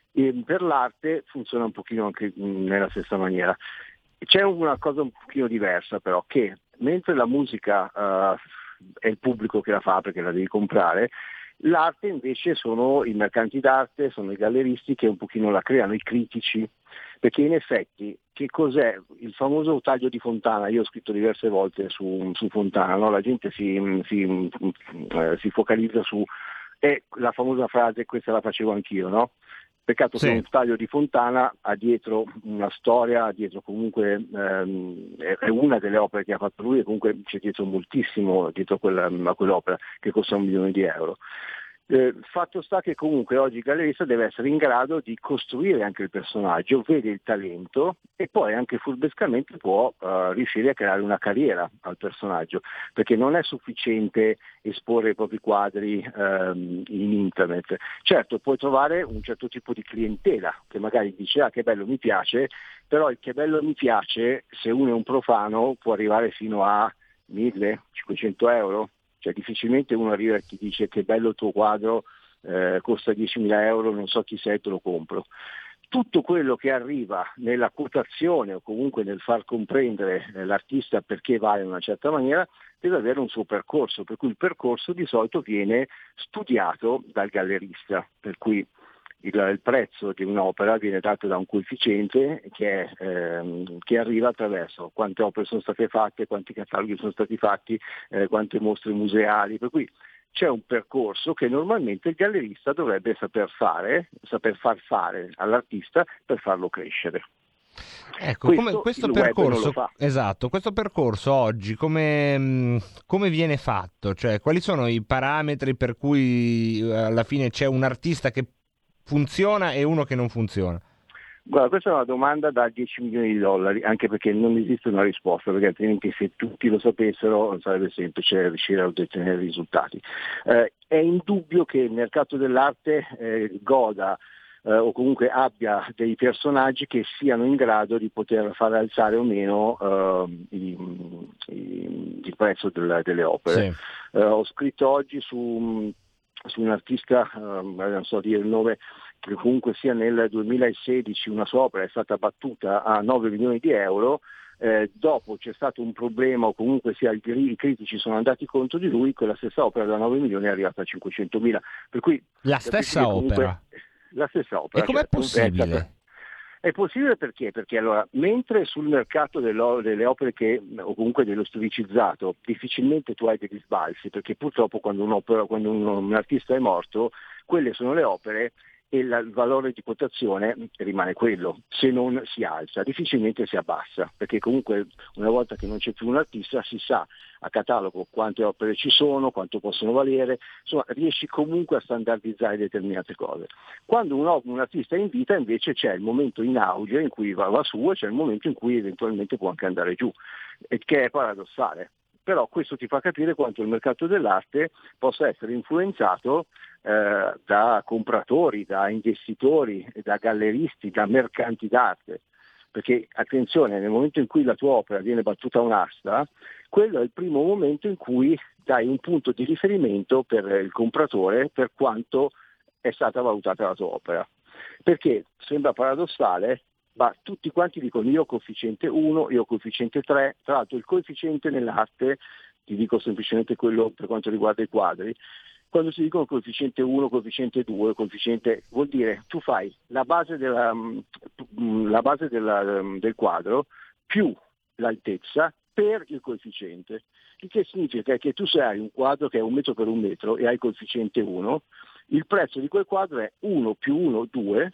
e per l'arte funziona un pochino anche nella stessa maniera. C'è una cosa un pochino diversa però, che mentre la musica uh, è il pubblico che la fa perché la devi comprare, l'arte invece sono i mercanti d'arte, sono i galleristi che un pochino la creano, i critici, perché in effetti che cos'è il famoso taglio di Fontana? Io ho scritto diverse volte su, su Fontana, no? La gente si, si, eh, si focalizza su è la famosa frase questa la facevo anch'io, no? Peccato sì. Che un taglio di Fontana ha dietro una storia, ha dietro comunque ehm, è una delle opere che ha fatto lui e comunque c'è dietro moltissimo dietro quella, a quell'opera che costa un milione di euro. Eh, fatto sta che comunque oggi il gallerista deve essere in grado di costruire anche il personaggio, vede il talento e poi anche furbescamente può uh, riuscire a creare una carriera al personaggio, perché non è sufficiente esporre i propri quadri um, in internet. Certo, puoi trovare un certo tipo di clientela che magari dice ah che bello mi piace, però il che bello mi piace se uno è un profano può arrivare fino a mille cinquecento euro. Cioè difficilmente uno arriva e ti dice che bello il tuo quadro, eh, costa diecimila euro, non so chi sei, te lo compro. Tutto quello che arriva nella quotazione o comunque nel far comprendere eh, l'artista perché vale in una certa maniera deve avere un suo percorso, per cui il percorso di solito viene studiato dal gallerista, per cui il, il prezzo di un'opera viene dato da un coefficiente che, è, ehm, che arriva attraverso quante opere sono state fatte, quanti cataloghi sono stati fatti, eh, quante mostre museali, per cui c'è un percorso che normalmente il gallerista dovrebbe saper fare, saper far fare all'artista per farlo crescere. Ecco, questo, come, questo il web non percorso, lo fa. esatto, questo percorso oggi come, come viene fatto? Cioè, quali sono i parametri per cui alla fine c'è un artista che funziona e uno che non funziona? Guarda, questa è una domanda da dieci milioni di dollari, anche perché non esiste una risposta, perché altrimenti se tutti lo sapessero sarebbe semplice riuscire a ottenere risultati. Eh, è indubbio che il mercato dell'arte eh, goda eh, o comunque abbia dei personaggi che siano in grado di poter far alzare o meno eh, i, i, il prezzo delle, delle opere. Sì. Eh, ho scritto oggi su, su un artista, eh, non so dire il nome, che comunque sia nel duemilasedici una sua opera è stata battuta a nove milioni di euro, eh, dopo c'è stato un problema o comunque sia i, i critici sono andati contro di lui, quella stessa opera da nove milioni è arrivata a cinquecentomila. Per cui la stessa comunque, opera? La stessa opera. E com'è certo, possibile? È possibile perché? Perché allora, mentre sul mercato delle, delle opere che, o comunque dello storicizzato, difficilmente tu hai degli sbalzi, perché purtroppo quando, un'opera, quando un, un artista è morto, quelle sono le opere e la, il valore di quotazione rimane quello, se non si alza, difficilmente si abbassa, perché comunque una volta che non c'è più un artista si sa a catalogo quante opere ci sono, quanto possono valere, insomma riesci comunque a standardizzare determinate cose. Quando un, un artista è in vita invece c'è il momento in auge in cui va, va su e c'è il momento in cui eventualmente può anche andare giù, e che è paradossale. Però questo ti fa capire quanto il mercato dell'arte possa essere influenzato eh, da compratori, da investitori, da galleristi, da mercanti d'arte. Perché attenzione, nel momento in cui la tua opera viene battuta a un'asta, quello è il primo momento in cui dai un punto di riferimento per il compratore per quanto è stata valutata la tua opera. Perché sembra paradossale, ma tutti quanti dicono io ho coefficiente uno, io ho coefficiente tre, tra l'altro il coefficiente nell'arte, ti dico semplicemente quello per quanto riguarda i quadri, quando si dicono coefficiente uno, coefficiente due, coefficiente, vuol dire tu fai la base, della, la base della, del quadro più l'altezza per il coefficiente, il che significa che tu se hai un quadro che è un metro per un metro e hai coefficiente uno, il prezzo di quel quadro è uno più uno, due,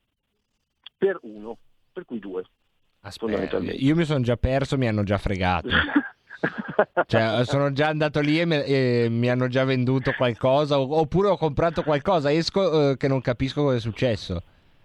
per uno, per cui due. Aspetta, io mi sono già perso, mi hanno già fregato. Cioè, sono già andato lì e, me, e mi hanno già venduto qualcosa, oppure ho comprato qualcosa, esco eh, che non capisco cosa è successo.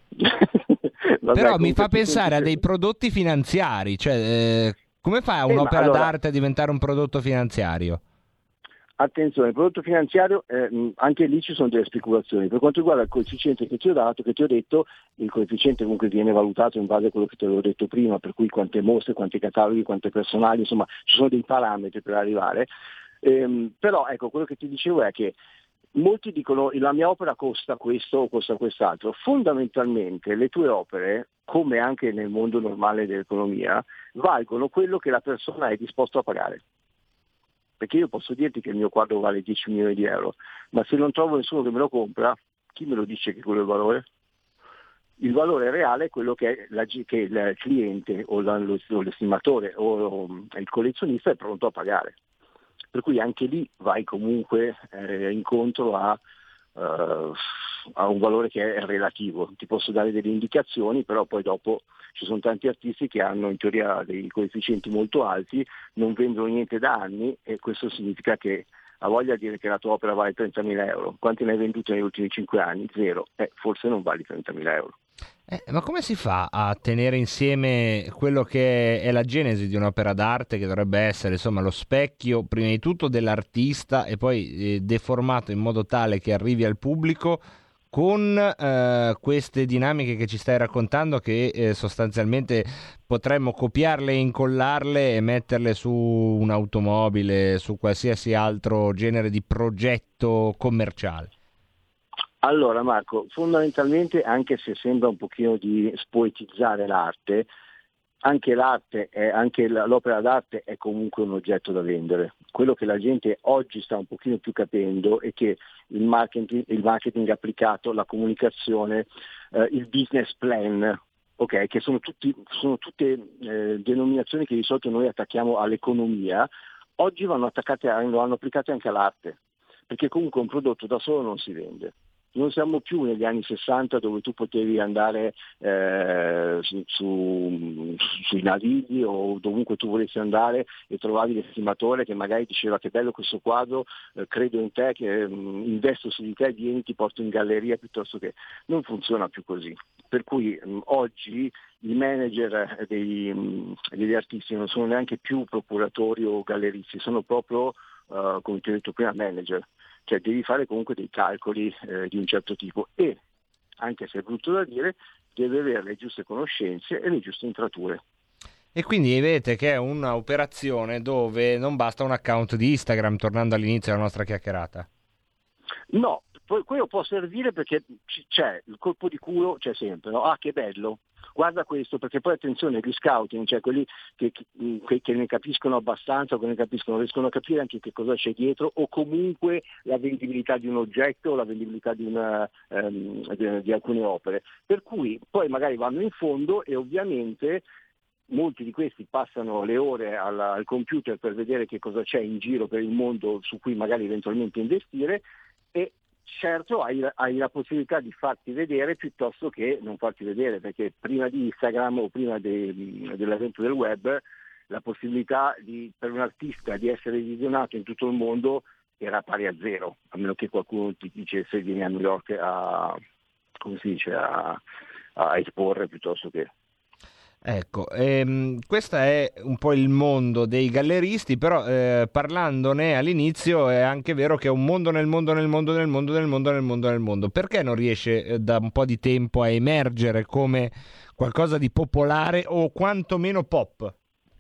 Vabbè, però mi fa pensare semplice. a dei prodotti finanziari, cioè eh, come fa un'opera eh, allora, d'arte a diventare un prodotto finanziario? Attenzione, il prodotto finanziario, eh, anche lì ci sono delle speculazioni. Per quanto riguarda il coefficiente che ti ho dato, che ti ho detto, il coefficiente comunque viene valutato in base a quello che ti avevo detto prima, per cui quante mostre, quanti cataloghi, quante personali, insomma ci sono dei parametri per arrivare. Ehm, però ecco, quello che ti dicevo è che molti dicono la mia opera costa questo o costa quest'altro. Fondamentalmente le tue opere, come anche nel mondo normale dell'economia, valgono quello che la persona è disposto a pagare. Perché io posso dirti che il mio quadro vale dieci milioni di euro, ma se non trovo nessuno che me lo compra, chi me lo dice che quello è il valore? Il valore reale è quello che, la, che il cliente o, la, lo, o l'estimatore o, o il collezionista è pronto a pagare. Per cui anche lì vai comunque eh, incontro a, uh, a un valore che è relativo. Ti posso dare delle indicazioni, però poi dopo ci sono tanti artisti che hanno in teoria dei coefficienti molto alti, non vendono niente da anni e questo significa che ha voglia di dire che la tua opera vale trentamila euro. Quanti ne hai vendute negli ultimi cinque anni? Zero. Eh, forse non vali trentamila euro. Eh, ma come si fa a tenere insieme quello che è la genesi di un'opera d'arte, che dovrebbe essere insomma lo specchio prima di tutto dell'artista e poi eh, deformato in modo tale che arrivi al pubblico, con eh, queste dinamiche che ci stai raccontando, che eh, sostanzialmente potremmo copiarle, incollarle e metterle su un'automobile, su qualsiasi altro genere di progetto commerciale? Allora Marco, fondamentalmente, anche se sembra un pochino di spoetizzare l'arte, anche l'arte, è, anche l'opera d'arte è comunque un oggetto da vendere. Quello che la gente oggi sta un pochino più capendo è che il marketing, il marketing applicato, la comunicazione, eh, il business plan, okay, che sono, tutti, sono tutte eh, denominazioni che di solito noi attacchiamo all'economia, oggi vanno attaccate, vanno applicate anche all'arte, perché comunque un prodotto da solo non si vende. Non siamo più negli anni sessanta dove tu potevi andare eh, su, su, sui Navigli o dovunque tu volessi andare e trovavi l'estimatore che magari diceva che bello questo quadro, eh, credo in te, che mh, investo su di te, vieni, ti porto in galleria, piuttosto che... Non funziona più così. Per cui mh, oggi i manager dei, mh, degli artisti non sono neanche più procuratori o galleristi, sono proprio, uh, come ti ho detto prima, manager. Cioè devi fare comunque dei calcoli eh, di un certo tipo e, anche se è brutto da dire, deve avere le giuste conoscenze e le giuste intrature. E quindi vedete che è un'operazione dove non basta un account di Instagram, tornando all'inizio della nostra chiacchierata. No, poi quello può servire perché c- c'è, il colpo di culo c'è sempre, no? Ah, che bello, guarda questo, perché poi attenzione, gli scouting, cioè quelli che, che, che ne capiscono abbastanza o che ne capiscono, riescono a capire anche che cosa c'è dietro o comunque la vendibilità di un oggetto o la vendibilità di, una, um, di, di alcune opere. Per cui poi magari vanno in fondo e ovviamente molti di questi passano le ore al, al computer per vedere che cosa c'è in giro per il mondo su cui magari eventualmente investire e certo hai, hai la possibilità di farti vedere piuttosto che non farti vedere, perché prima di Instagram o prima de, dell'avvento del web la possibilità di, per un artista di essere visionato in tutto il mondo era pari a zero, a meno che qualcuno ti dicesse vieni a New York a, come si dice, a, a esporre piuttosto che... Ecco, ehm, questo è un po' il mondo dei galleristi, però eh, parlandone all'inizio è anche vero che è un mondo nel mondo nel mondo nel mondo nel mondo nel mondo nel mondo. Perché non riesce eh, da un po' di tempo a emergere come qualcosa di popolare o quantomeno pop?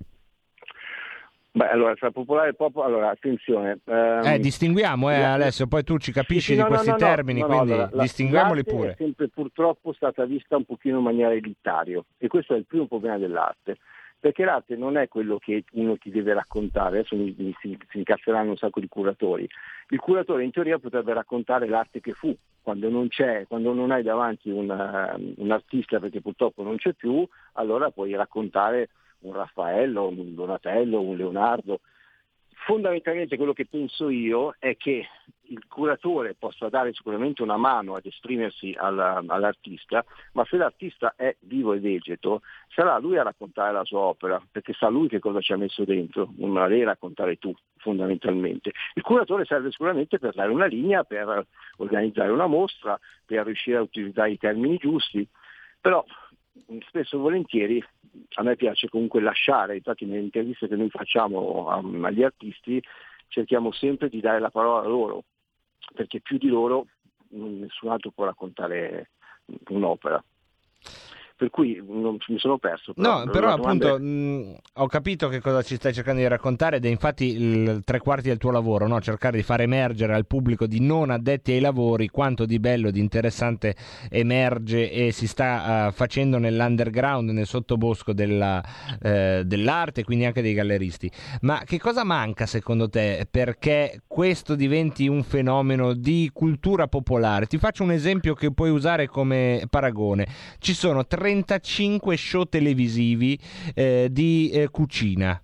Beh, allora, tra popolare e pop, allora, attenzione. Ehm, Eh, distinguiamo, eh, la- Alessio, poi tu ci capisci Sì, sì, di no, questi no, no, termini, no, no, quindi allora, la- distinguiamoli l'arte pure. è sempre purtroppo stata vista un pochino in maniera elitario e questo è il primo problema dell'arte, perché l'arte non è quello che uno ti deve raccontare, adesso mi, mi, si, si incazzeranno un sacco di curatori. Il curatore in teoria potrebbe raccontare l'arte che fu, quando non c'è, quando non hai davanti una, un artista perché purtroppo non c'è più, allora puoi raccontare un Raffaello, un Donatello, un Leonardo. Fondamentalmente quello che penso io è che il curatore possa dare sicuramente una mano ad esprimersi alla, all'artista, ma se l'artista è vivo e vegeto sarà lui a raccontare la sua opera, perché sa lui che cosa ci ha messo dentro, non la devi raccontare tu fondamentalmente. Il curatore serve sicuramente per dare una linea, per organizzare una mostra, per riuscire a utilizzare i termini giusti, però spesso e volentieri a me piace comunque lasciare, infatti nelle interviste che noi facciamo um, agli artisti cerchiamo sempre di dare la parola a loro, perché più di loro nessun altro può raccontare un'opera. Per cui non mi sono perso. No, però la domanda appunto è- mh, ho capito che cosa ci stai cercando di raccontare ed è infatti il tre quarti del tuo lavoro, no? Cercare di far emergere al pubblico di non addetti ai lavori quanto di bello e di interessante emerge e si sta uh, facendo nell'underground, nel sottobosco della, eh, dell'arte, quindi anche dei galleristi. Ma che cosa manca secondo te perché questo diventi un fenomeno di cultura popolare? Ti faccio un esempio che puoi usare come paragone. Ci sono trentacinque show televisivi eh, di eh, cucina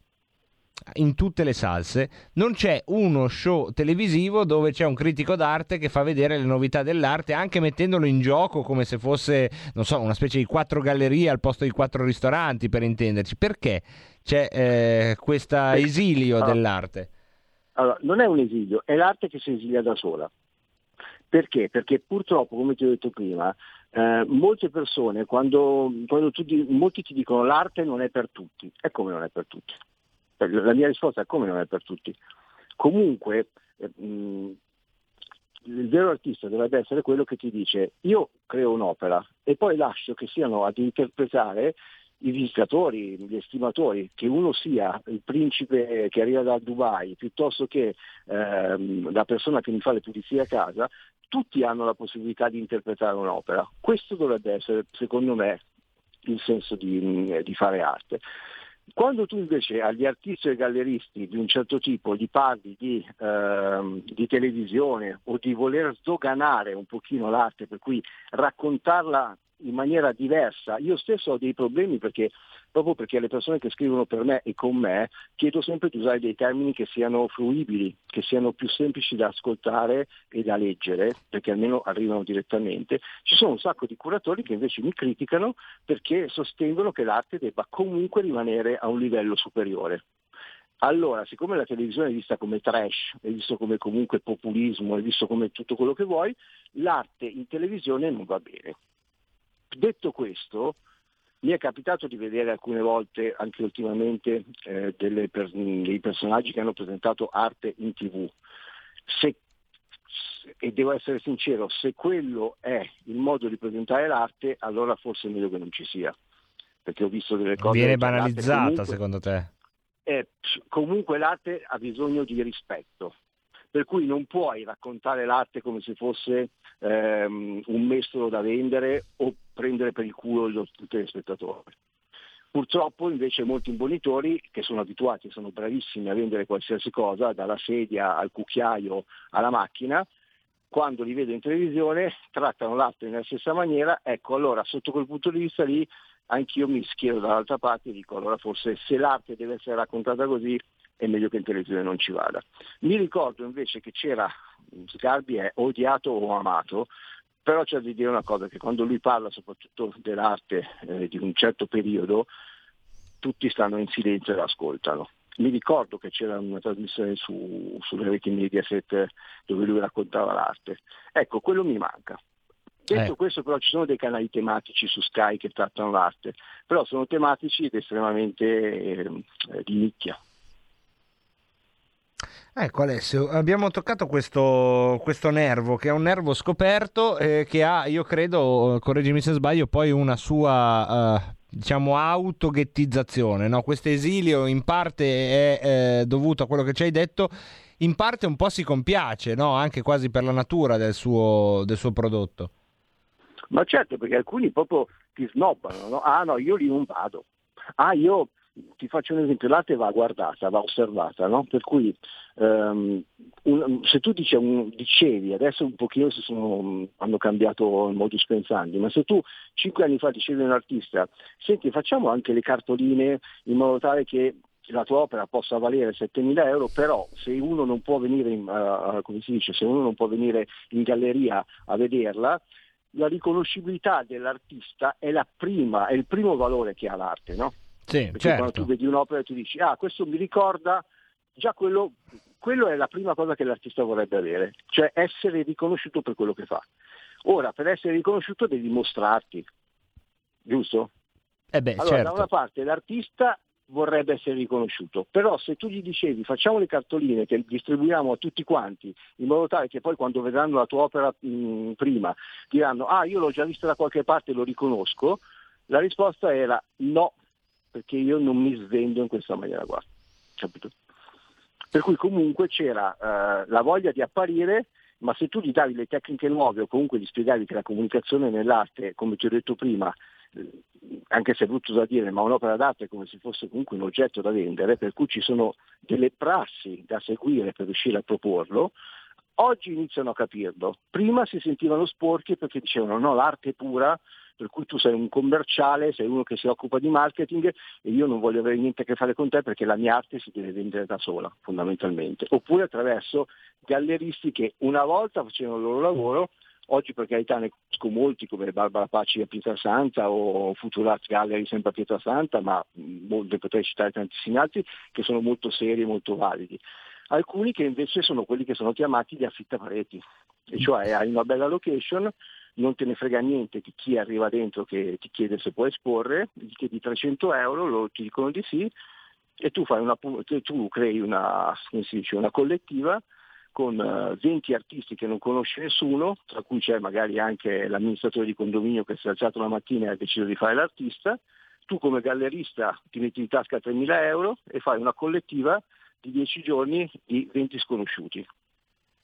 in tutte le salse, non c'è uno show televisivo dove c'è un critico d'arte che fa vedere le novità dell'arte, anche mettendolo in gioco come se fosse, non so, una specie di quattro gallerie al posto di quattro ristoranti, per intenderci. Perché c'è eh, questo esilio Allora, dell'arte? Allora, non è un esilio, è l'arte che si esilia da sola. Perché? Perché purtroppo, come ti ho detto prima, eh, molte persone, quando, quando tu di, molti ti dicono l'arte non è per tutti, e come non è per tutti? La mia risposta è come non è per tutti. Comunque, eh, mh, il vero artista dovrebbe essere quello che ti dice io creo un'opera e poi lascio che siano ad interpretare i visitatori, gli estimatori, che uno sia il principe che arriva da Dubai piuttosto che ehm, la persona che mi fa le pulizie a casa, tutti hanno la possibilità di interpretare un'opera. Questo dovrebbe essere, secondo me, il senso di, di fare arte. Quando tu invece agli artisti e galleristi di un certo tipo gli parli di, ehm, di televisione o di voler sdoganare un pochino l'arte, per cui raccontarla in maniera diversa, io stesso ho dei problemi perché proprio perché le persone che scrivono per me e con me chiedo sempre di usare dei termini che siano fruibili, che siano più semplici da ascoltare e da leggere, perché almeno arrivano direttamente. Ci sono un sacco di curatori che invece mi criticano perché sostengono che l'arte debba comunque rimanere a un livello superiore. Allora, siccome la televisione è vista come trash, è visto come comunque populismo, è visto come tutto quello che vuoi, l'arte in televisione non va bene. Detto questo, mi è capitato di vedere alcune volte, anche ultimamente, eh, delle per- dei personaggi che hanno presentato arte in tivù. Se, e devo essere sincero, se quello è il modo di presentare l'arte, allora forse è meglio che non ci sia. Perché ho visto delle cose... Viene cioè, banalizzata, comunque, secondo te? è, comunque l'arte ha bisogno di rispetto. Per cui non puoi raccontare l'arte come se fosse ehm, un mestolo da vendere o prendere per il culo il, il telespettatore. Purtroppo invece molti imbonitori che sono abituati, sono bravissimi a vendere qualsiasi cosa, dalla sedia al cucchiaio alla macchina, quando li vedo in televisione trattano l'arte nella stessa maniera. Ecco, allora sotto quel punto di vista lì anch'io mi schiero dall'altra parte e dico allora forse se l'arte deve essere raccontata così è meglio che in televisione non ci vada. Mi ricordo invece che c'era, Sgarbi è odiato o amato, però c'è da dire una cosa, che quando lui parla soprattutto dell'arte eh, di un certo periodo, tutti stanno in silenzio e l'ascoltano. Mi ricordo che c'era una trasmissione su, sulle reti Mediaset dove lui raccontava l'arte. Ecco, quello mi manca. Detto eh. questo però ci sono dei canali tematici su Sky che trattano l'arte, però sono tematici ed estremamente eh, di nicchia. Ecco Alessio, abbiamo toccato questo, questo nervo, che è un nervo scoperto, eh, che ha, io credo, correggimi se sbaglio, poi una sua, uh, diciamo, autoghettizzazione, no? Questo esilio in parte è eh, dovuto a quello che ci hai detto, in parte un po' si compiace, no? Anche quasi per la natura del suo, del suo prodotto. Ma certo, perché alcuni proprio ti snobbano, no? Ah no, io lì non vado. Ah, io... Ti faccio un esempio, l'arte va guardata, va osservata, no? Per cui um, un, se tu dice un, dicevi, adesso un pochino si sono, hanno cambiato il modus pensandi, ma se tu cinque anni fa dicevi a un artista, senti facciamo anche le cartoline in modo tale che la tua opera possa valere settemila euro, però se uno non può venire in, uh, come si dice, se uno non può venire in galleria a vederla, la riconoscibilità dell'artista è la prima, è il primo valore che ha l'arte, no? Sì, perché certo. Quando tu vedi un'opera e tu dici ah questo mi ricorda, già quello, quello è la prima cosa che l'artista vorrebbe avere, cioè essere riconosciuto per quello che fa. Ora per essere riconosciuto devi mostrarti, giusto? Eh beh, allora certo. Da una parte l'artista vorrebbe essere riconosciuto, però se tu gli dicevi facciamo le cartoline che distribuiamo a tutti quanti in modo tale che poi quando vedranno la tua opera mh, prima diranno ah io l'ho già vista da qualche parte e lo riconosco, la risposta era no, perché io non mi svendo in questa maniera qua, capito? Per cui comunque c'era uh, la voglia di apparire, ma se tu gli davi le tecniche nuove o comunque gli spiegavi che la comunicazione nell'arte, come ti ho detto prima, eh, anche se è brutto da dire, ma un'opera d'arte è come se fosse comunque un oggetto da vendere, per cui ci sono delle prassi da seguire per riuscire a proporlo, oggi iniziano a capirlo. Prima si sentivano sporchi perché dicevano no, l'arte è pura, per cui tu sei un commerciale, sei uno che si occupa di marketing e io non voglio avere niente a che fare con te perché la mia arte si deve vendere da sola, fondamentalmente. Oppure attraverso galleristi che una volta facevano il loro lavoro, oggi per carità ne conosco molti come Barbara Pacci a Pietrasanta o Future Art Gallery sempre a Pietrasanta, ma ne potrei citare tantissimi altri che sono molto seri e molto validi. Alcuni che invece sono quelli che sono chiamati gli affittapareti, e cioè hai una bella location, non te ne frega niente di chi arriva dentro che ti chiede se puoi esporre, gli chiedi trecento euro, loro ti dicono di sì e tu, fai una, tu crei una, come si dice, una collettiva con venti artisti che non conosce nessuno, tra cui c'è magari anche l'amministratore di condominio che si è alzato la mattina e ha deciso di fare l'artista, tu come gallerista ti metti in tasca tremila euro e fai una collettiva di dieci giorni di venti sconosciuti.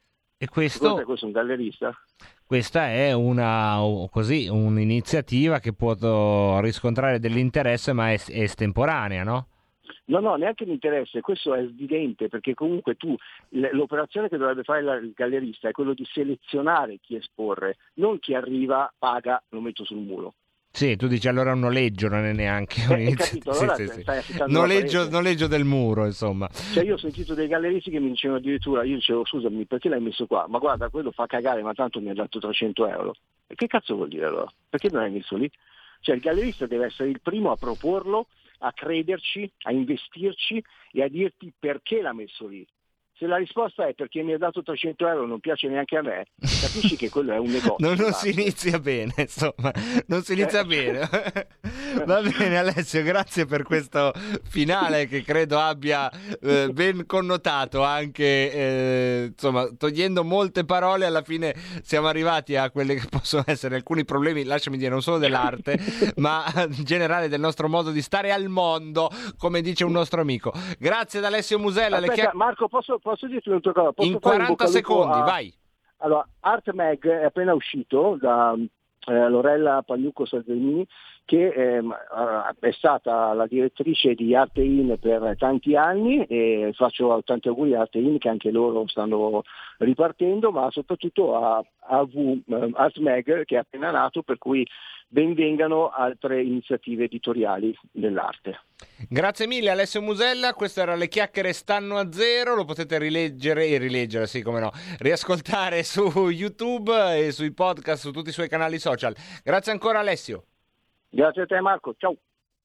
E questo, questo è un gallerista? Questa è una così un'iniziativa che può riscontrare dell'interesse, ma è, è estemporanea, no? No, no, neanche mi interessa, questo è evidente, perché comunque tu, l'operazione che dovrebbe fare il gallerista è quello di selezionare chi esporre, non chi arriva, paga, lo metto sul muro. Sì, tu dici allora un noleggio, non è neanche Eh, un hai capito? Allora sì, sì, stai sì. affittando Noleggio, una parete. noleggio del muro, insomma. Cioè io ho sentito dei galleristi che mi dicevano addirittura, io dicevo scusami perché l'hai messo qua? Ma guarda, quello fa cagare, ma tanto mi ha dato trecento euro. E che cazzo vuol dire allora? Perché non l'hai messo lì? Cioè il gallerista deve essere il primo a proporlo, a crederci, a investirci e a dirti perché l'ha messo lì. Se la risposta è perché mi ha dato trecento euro, non piace neanche a me, capisci che quello è un negozio. Non, non si inizia bene, insomma, non si inizia Eh. bene. Va bene Alessio, grazie per questo finale che credo abbia eh, ben connotato anche, eh, insomma, togliendo molte parole, alla fine siamo arrivati a quelli che possono essere alcuni problemi, lasciami dire, non solo dell'arte, ma in generale del nostro modo di stare al mondo, come dice un nostro amico. Grazie ad Alessio Musella. Aspetta, le chia- Marco, posso, posso dirti un'altra cosa? Posso In fare un bocca quaranta al lupo secondi, a- vai. Allora, Art Mag è appena uscito da eh, Lorella Pagliucco Salvemini, che ehm, è stata la direttrice di Arte In per tanti anni, e faccio tanti auguri a Arte In che anche loro stanno ripartendo, ma soprattutto a, a V, eh, Art Mag che è appena nato, per cui benvengano altre iniziative editoriali dell'arte. Grazie mille Alessio Musella, questo era Le chiacchiere stanno a zero, lo potete rileggere e rileggere, sì come no, riascoltare su YouTube e sui podcast, su tutti i suoi canali social. Grazie ancora Alessio. Grazie a te Marco, ciao.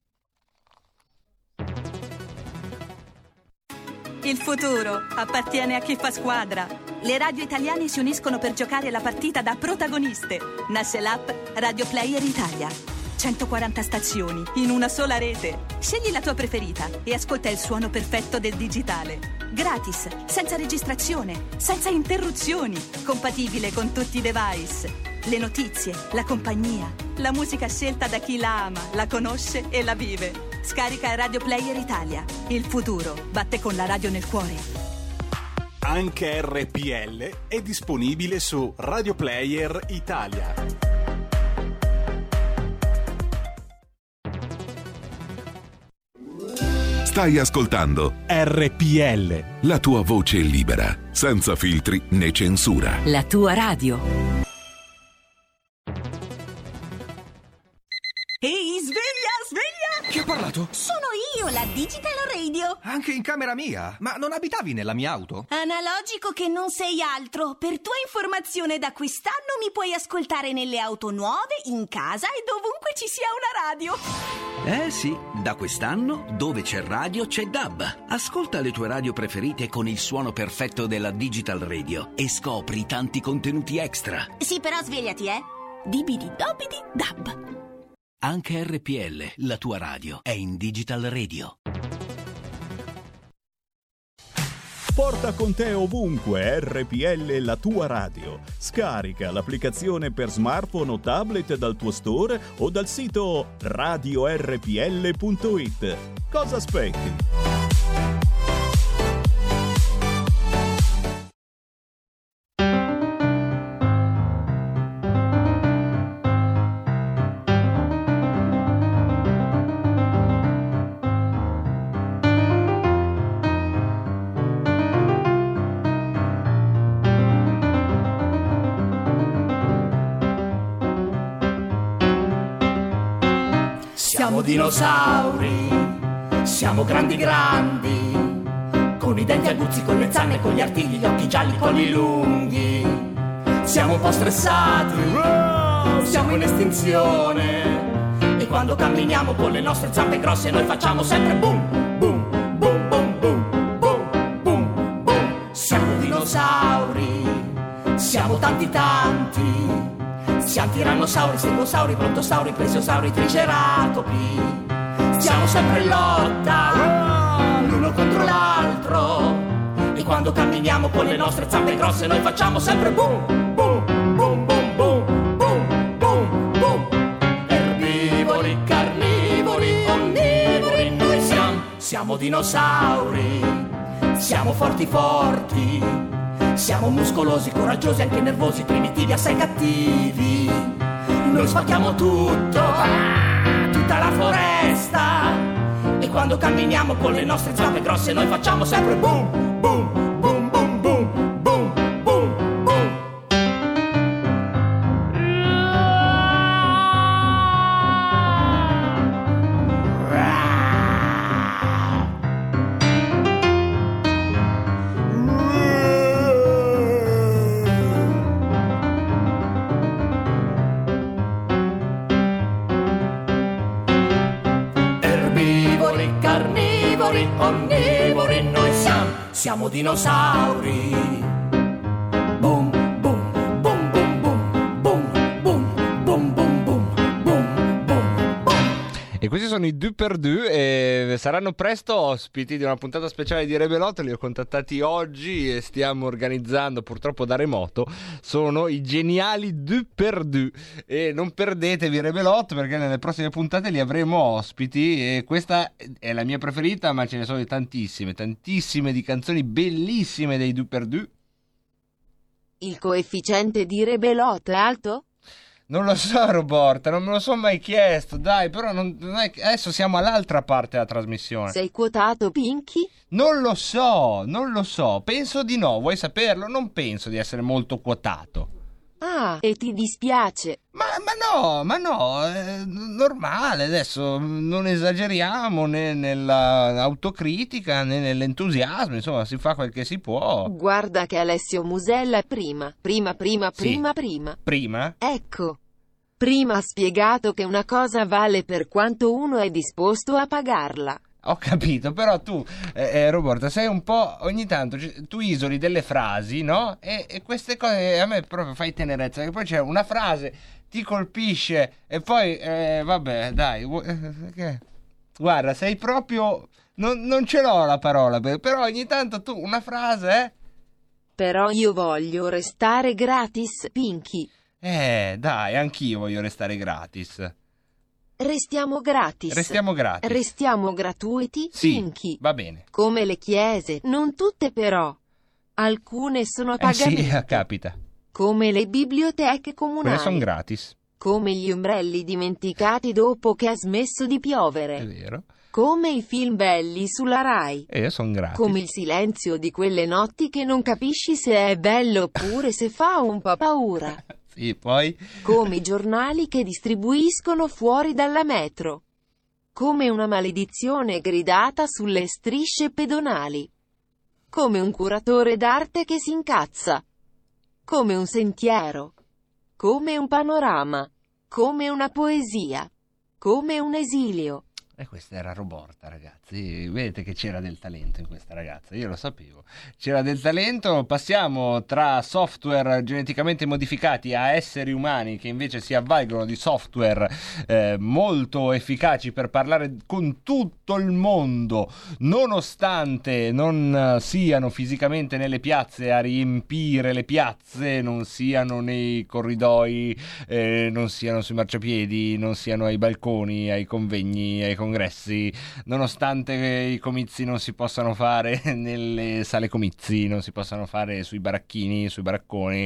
Il futuro appartiene a chi fa squadra. Le radio italiane si uniscono per giocare la partita da protagoniste. Nasce l'app Radio Player Italia. centoquaranta stazioni in una sola rete. Scegli la tua preferita e ascolta il suono perfetto del digitale. Gratis, senza registrazione, senza interruzioni, compatibile con tutti i device. Le notizie, la compagnia, la musica scelta da chi la ama, la conosce e la vive. Scarica Radio Player Italia. Il futuro batte con la radio nel cuore. Anche R P L è disponibile su Radio Player Italia. Stai ascoltando R P L, la tua voce libera, senza filtri né censura. La tua radio. Ehi, sveglia, sveglia! Chi ha parlato? Sono io, la Digital Radio. Anche in camera mia? Ma non abitavi nella mia auto? Analogico che non sei altro. Per tua informazione, da quest'anno mi puoi ascoltare nelle auto nuove, in casa e dovunque ci sia una radio. Eh sì, da quest'anno dove c'è radio c'è D A B. Ascolta le tue radio preferite con il suono perfetto della Digital Radio e scopri tanti contenuti extra. Sì, però svegliati, eh. Dibidi dobidi D A B. Anche R P L, la tua radio, è in Digital Radio. Porta con te ovunque R P L, la tua radio. Scarica l'applicazione per smartphone o tablet dal tuo store o dal sito radio r p l punto i t. Cosa aspetti? Siamo dinosauri, siamo grandi grandi, con i denti aguzzi, con le zanne, con gli artigli, gli occhi gialli, con i lunghi. Siamo un po' stressati, wow, siamo in estinzione, e quando camminiamo con le nostre zampe grosse noi facciamo sempre boom, boom, boom, boom, boom, boom, boom, boom. Siamo dinosauri, siamo tanti tanti, siamo tirannosauri, stegosauri, brontosauri, plesiosauri, triceratopi. Siamo sempre in lotta, l'uno contro l'altro, e quando camminiamo con le nostre zampe grosse noi facciamo sempre boom, boom, boom, boom, boom, boom, boom, boom. Erbivori, carnivori, onnivori, noi siamo, siamo dinosauri, siamo forti forti, Siamo muscolosi, coraggiosi, anche nervosi, primitivi, assai cattivi. Noi spacchiamo tutto, ah, tutta la foresta. E quando camminiamo con le nostre zampe grosse noi facciamo sempre boom, boom, boom, boom, boom, boom, boom, boom. Carnivori, onnivori, noi siamo, siamo dinosauri. Boom, boom, boom, boom, boom, boom, boom, boom, boom, boom, boom, boom, boom. E questi sono i Du per Du e saranno presto ospiti di una puntata speciale di Rebelotto. Li ho contattati oggi e stiamo organizzando, purtroppo da remoto. Sono i geniali Du per Du e non perdetevi Rebelotto, perché nelle prossime puntate li avremo ospiti e questa è la mia preferita, ma ce ne sono tantissime, tantissime di canzoni bellissime dei Du per Du. Il coefficiente di Rebelotto è alto? Non lo so, Roborta, non me lo sono mai chiesto, dai, però non, non è, adesso siamo all'altra parte della trasmissione. Sei quotato, Pinky? Non lo so, non lo so, penso di no, vuoi saperlo? Non penso di essere molto quotato. Ah, e ti dispiace? Ma, ma no, ma no, è normale, adesso non esageriamo né nell'autocritica né nell'entusiasmo, insomma si fa quel che si può. Guarda che Alessio Musella è prima, prima, prima, Sì. prima, prima. Prima? Ecco. Prima ha spiegato che una cosa vale per quanto uno è disposto a pagarla. Ho capito, però tu, eh, eh, Roberta, sei un po', ogni tanto c- tu isoli delle frasi, no? E, e queste cose a me proprio fai tenerezza, che poi c'è una frase, ti colpisce e poi, eh, vabbè, dai, gu- eh, che? Guarda, sei proprio, non, non ce l'ho la parola, però ogni tanto tu una frase, eh? Però io voglio restare gratis, Pinky. Eh, dai, anch'io voglio restare gratis. Restiamo gratis. Restiamo gratis. Restiamo gratuiti, Sì, Pinky. va bene. Come le chiese, non tutte però. Alcune sono a Eh pagamento. sì, capita. Come le biblioteche comunali. Quelle sono gratis. Come gli ombrelli dimenticati dopo che ha smesso di piovere. È vero. Come i film belli sulla Rai. E sono gratis. Come il silenzio di quelle notti che non capisci se è bello oppure se fa un po' paura. Sì, poi? Come i giornali che distribuiscono fuori dalla metro. Come una maledizione gridata sulle strisce pedonali. Come un curatore d'arte che si incazza. Come un sentiero. Come un panorama. Come una poesia. Come un esilio. E questa era Roborta, ragazzi. Vedete che c'era del talento in questa ragazza, io lo sapevo. C'era del talento. Passiamo tra software geneticamente modificati a esseri umani che invece si avvalgono di software eh, molto efficaci per parlare con tutto il mondo, nonostante non siano fisicamente nelle piazze a riempire le piazze, non siano nei corridoi, eh, non siano sui marciapiedi, non siano ai balconi, ai convegni, ai congressi, nonostante i comizi non si possano fare nelle sale comizi, non si possano fare sui baracchini, sui baracconi,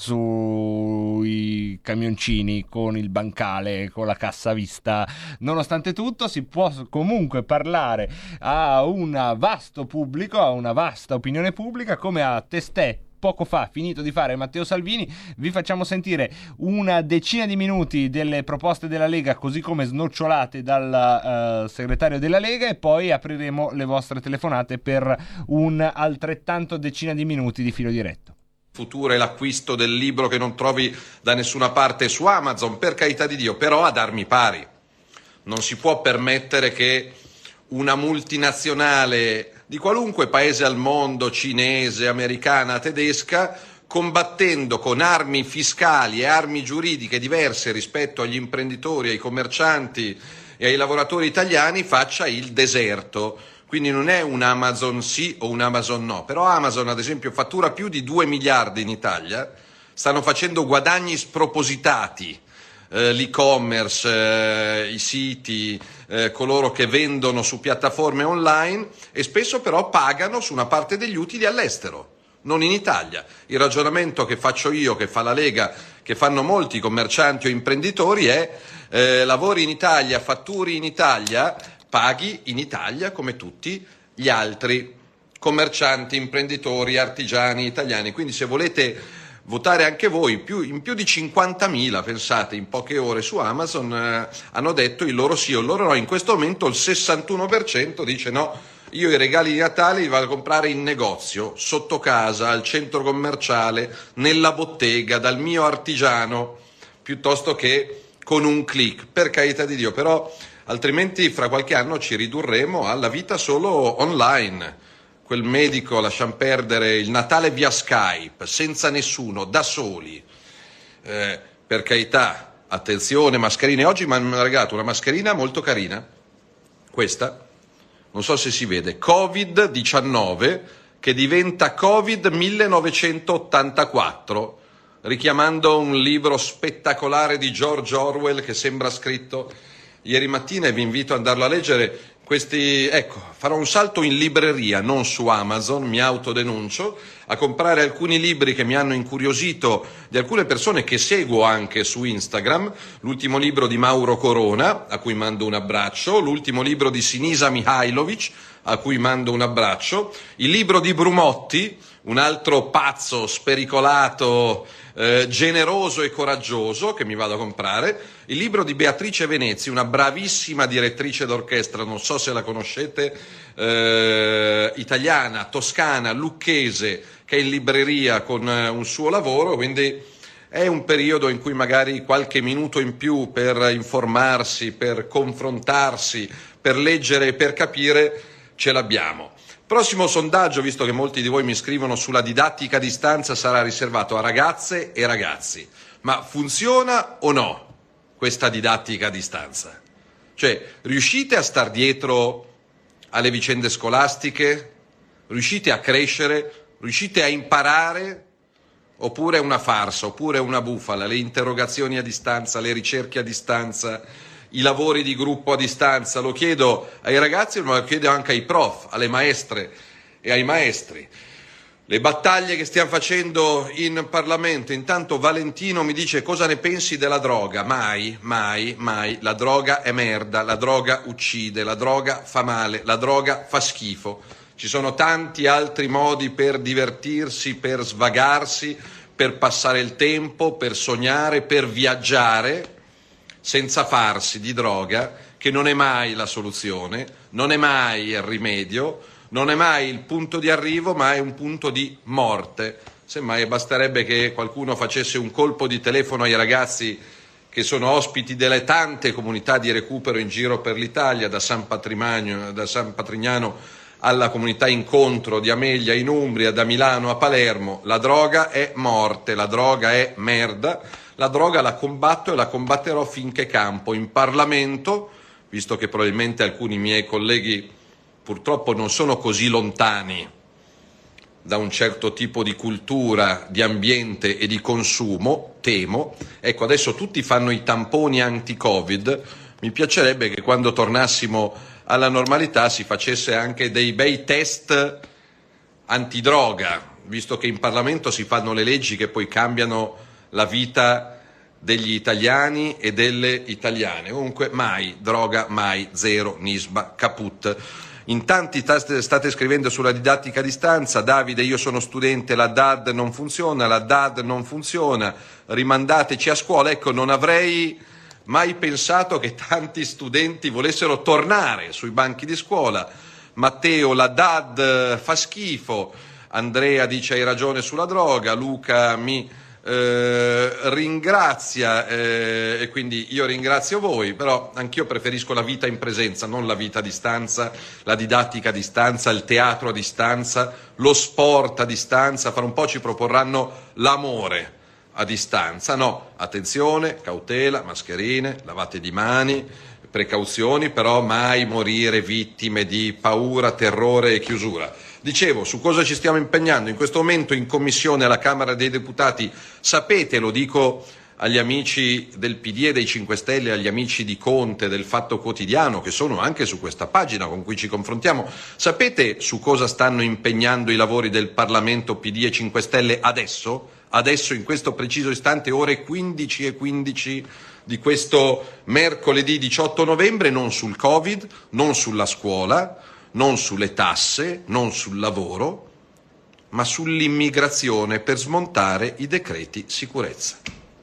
sui camioncini con il bancale, con la cassa a vista, nonostante tutto si può comunque parlare a un vasto pubblico, a una vasta opinione pubblica, come a testè poco fa finito di fare Matteo Salvini. Vi facciamo sentire una decina di minuti delle proposte della Lega, così come snocciolate dal uh, segretario della Lega, e poi apriremo le vostre telefonate per un altrettanto decina di minuti di filo diretto. Futuro è l'acquisto del libro che non trovi da nessuna parte su Amazon, per carità di Dio, però ad armi pari. Non si può permettere che una multinazionale di qualunque paese al mondo, cinese, americana, tedesca, combattendo con armi fiscali e armi giuridiche diverse rispetto agli imprenditori, ai commercianti e ai lavoratori italiani, faccia il deserto. Quindi non è un Amazon sì o un Amazon no, però Amazon ad esempio fattura più di due miliardi in Italia, stanno facendo guadagni spropositati. Eh, l'e-commerce, eh, i siti, eh, coloro che vendono su piattaforme online, e spesso però pagano su una parte degli utili all'estero. non in Italia. Il ragionamento che faccio io, che fa la Lega, che fanno molti commercianti o imprenditori è eh, lavori in Italia, fatturi in Italia, paghi in Italia come tutti gli altri commercianti, imprenditori, artigiani italiani. Quindi se volete votare anche voi, più, in più di cinquantamila, pensate, in poche ore su Amazon eh, hanno detto il loro sì o il loro no. In questo momento il sessantuno per cento dice no, io i regali di Natale li vado a comprare in negozio, sotto casa, al centro commerciale, nella bottega, dal mio artigiano, piuttosto che con un click, per carità di Dio, però altrimenti fra qualche anno ci ridurremo alla vita solo online. Quel medico, lasciamo perdere il Natale via Skype, senza nessuno, da soli. Eh, per carità, attenzione, mascherine. Oggi mi hanno regalato una mascherina molto carina, questa, non so se si vede, covid diciannove, che diventa Covid millenovecentottantaquattro, richiamando un libro spettacolare di George Orwell che sembra scritto ieri mattina, e vi invito ad andarlo a leggere. Questi, ecco, farò un salto in libreria, non su Amazon, mi autodenuncio, a comprare alcuni libri che mi hanno incuriosito, di alcune persone che seguo anche su Instagram. L'ultimo libro di Mauro Corona, a cui mando un abbraccio, l'ultimo libro di Sinisa Mihailovic, a cui mando un abbraccio, il libro di Brumotti, un altro pazzo, spericolato, eh, generoso e coraggioso, che mi vado a comprare, il libro di Beatrice Venezi, una bravissima direttrice d'orchestra, non so se la conoscete, eh, italiana, toscana, lucchese, che è in libreria con eh, un suo lavoro, quindi è un periodo in cui magari qualche minuto in più per informarsi, per confrontarsi, per leggere e per capire ce l'abbiamo. Prossimo sondaggio, visto che molti di voi mi scrivono sulla didattica a distanza, sarà riservato a ragazze e ragazzi. Ma funziona o no questa didattica a distanza? Cioè, riuscite a star dietro alle vicende scolastiche? Riuscite a crescere? Riuscite a imparare? Oppure è una farsa, oppure è una bufala? Le interrogazioni a distanza, le ricerche a distanza, i lavori di gruppo a distanza, lo chiedo ai ragazzi, ma lo chiedo anche ai prof, alle maestre e ai maestri. Le battaglie che stiamo facendo in Parlamento. Intanto Valentino mi dice: cosa ne pensi della droga? Mai, mai, mai. La droga è merda, la droga uccide, la droga fa male, la droga fa schifo. Ci sono tanti altri modi per divertirsi, per svagarsi, per passare il tempo, per sognare, per viaggiare, senza farsi di droga, che non è mai la soluzione, non è mai il rimedio, non è mai il punto di arrivo, ma è un punto di morte. Semmai basterebbe che qualcuno facesse un colpo di telefono ai ragazzi che sono ospiti delle tante comunità di recupero in giro per l'Italia, da San Patrignano, da San Patrignano alla comunità Incontro di Amelia in Umbria, da Milano a Palermo. La droga è morte, la droga è merda. La droga la combatto e la combatterò finché campo in Parlamento, visto che probabilmente alcuni miei colleghi purtroppo non sono così lontani da un certo tipo di cultura, di ambiente e di consumo, temo. Ecco, adesso tutti fanno i tamponi anti-Covid, mi piacerebbe che quando tornassimo alla normalità si facesse anche dei bei test antidroga, visto che in Parlamento si fanno le leggi che poi cambiano la vita degli italiani e delle italiane. Comunque mai droga, mai, zero, nisba, caput. In tanti state scrivendo sulla didattica a distanza: Davide, io sono studente, la D A D non funziona, la D A D non funziona, rimandateci a scuola. Ecco, non avrei mai pensato che tanti studenti volessero tornare sui banchi di scuola. Matteo, la D A D fa schifo. Andrea dice: hai ragione sulla droga. Luca mi Eh, ringrazia eh, e quindi io ringrazio voi, però anch'io preferisco la vita in presenza, non la vita a distanza, la didattica a distanza, il teatro a distanza, lo sport a distanza. Fra un po' ci proporranno l'amore a distanza. No, attenzione, cautela, mascherine, lavate di mani, precauzioni, però mai morire vittime di paura, terrore e chiusura. Dicevo, su cosa ci stiamo impegnando in questo momento in commissione alla Camera dei Deputati. Sapete, lo dico agli amici del P D e dei cinque Stelle, agli amici di Conte, del Fatto Quotidiano, che sono anche su questa pagina con cui ci confrontiamo. Sapete su cosa stanno impegnando i lavori del Parlamento P D e cinque Stelle adesso? Adesso, in questo preciso istante, ore quindici e quindici di questo mercoledì diciotto novembre, non sul Covid, non sulla scuola, non sulle tasse, non sul lavoro, ma sull'immigrazione per smontare i decreti sicurezza.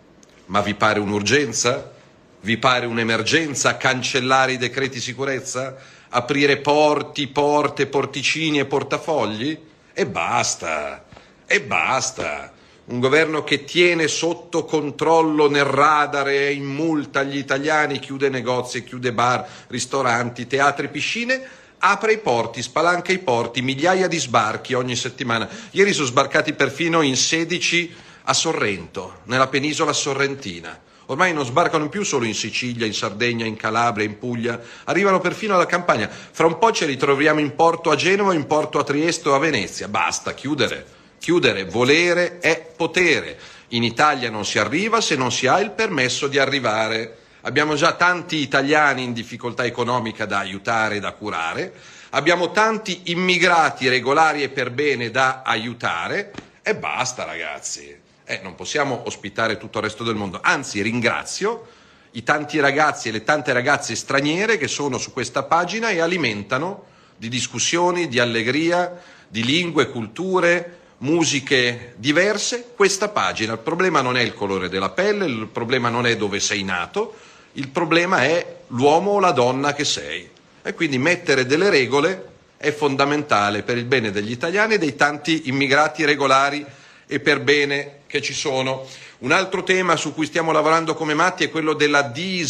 Ma vi pare un'urgenza? Vi pare un'emergenza cancellare i decreti sicurezza? Aprire porti, porte, porticini e portafogli? E basta, e basta. Un governo che tiene sotto controllo nel radar e in multa gli italiani, chiude negozi, chiude bar, ristoranti, teatri, piscine, apre i porti, spalanca i porti, migliaia di sbarchi ogni settimana. Ieri sono sbarcati perfino in sedici a Sorrento, nella penisola sorrentina. Ormai non sbarcano più solo in Sicilia, in Sardegna, in Calabria, in Puglia, arrivano perfino alla Campania. Fra un po' ci ritroviamo in porto a Genova, in porto a Trieste o a Venezia. Basta, chiudere, chiudere, volere è potere. In Italia non si arriva se non si ha il permesso di arrivare. Abbiamo già tanti italiani in difficoltà economica da aiutare e da curare, abbiamo tanti immigrati regolari e per bene da aiutare e basta, ragazzi. Eh, non possiamo ospitare tutto il resto del mondo. Anzi, ringrazio i tanti ragazzi e le tante ragazze straniere che sono su questa pagina e alimentano di discussioni, di allegria, di lingue, culture, musiche diverse questa pagina. Il problema non è il colore della pelle, il problema non è dove sei nato, il problema è l'uomo o la donna che sei. E quindi mettere delle regole è fondamentale per il bene degli italiani e dei tanti immigrati regolari e per bene che ci sono. Un altro tema su cui stiamo lavorando come matti è quello della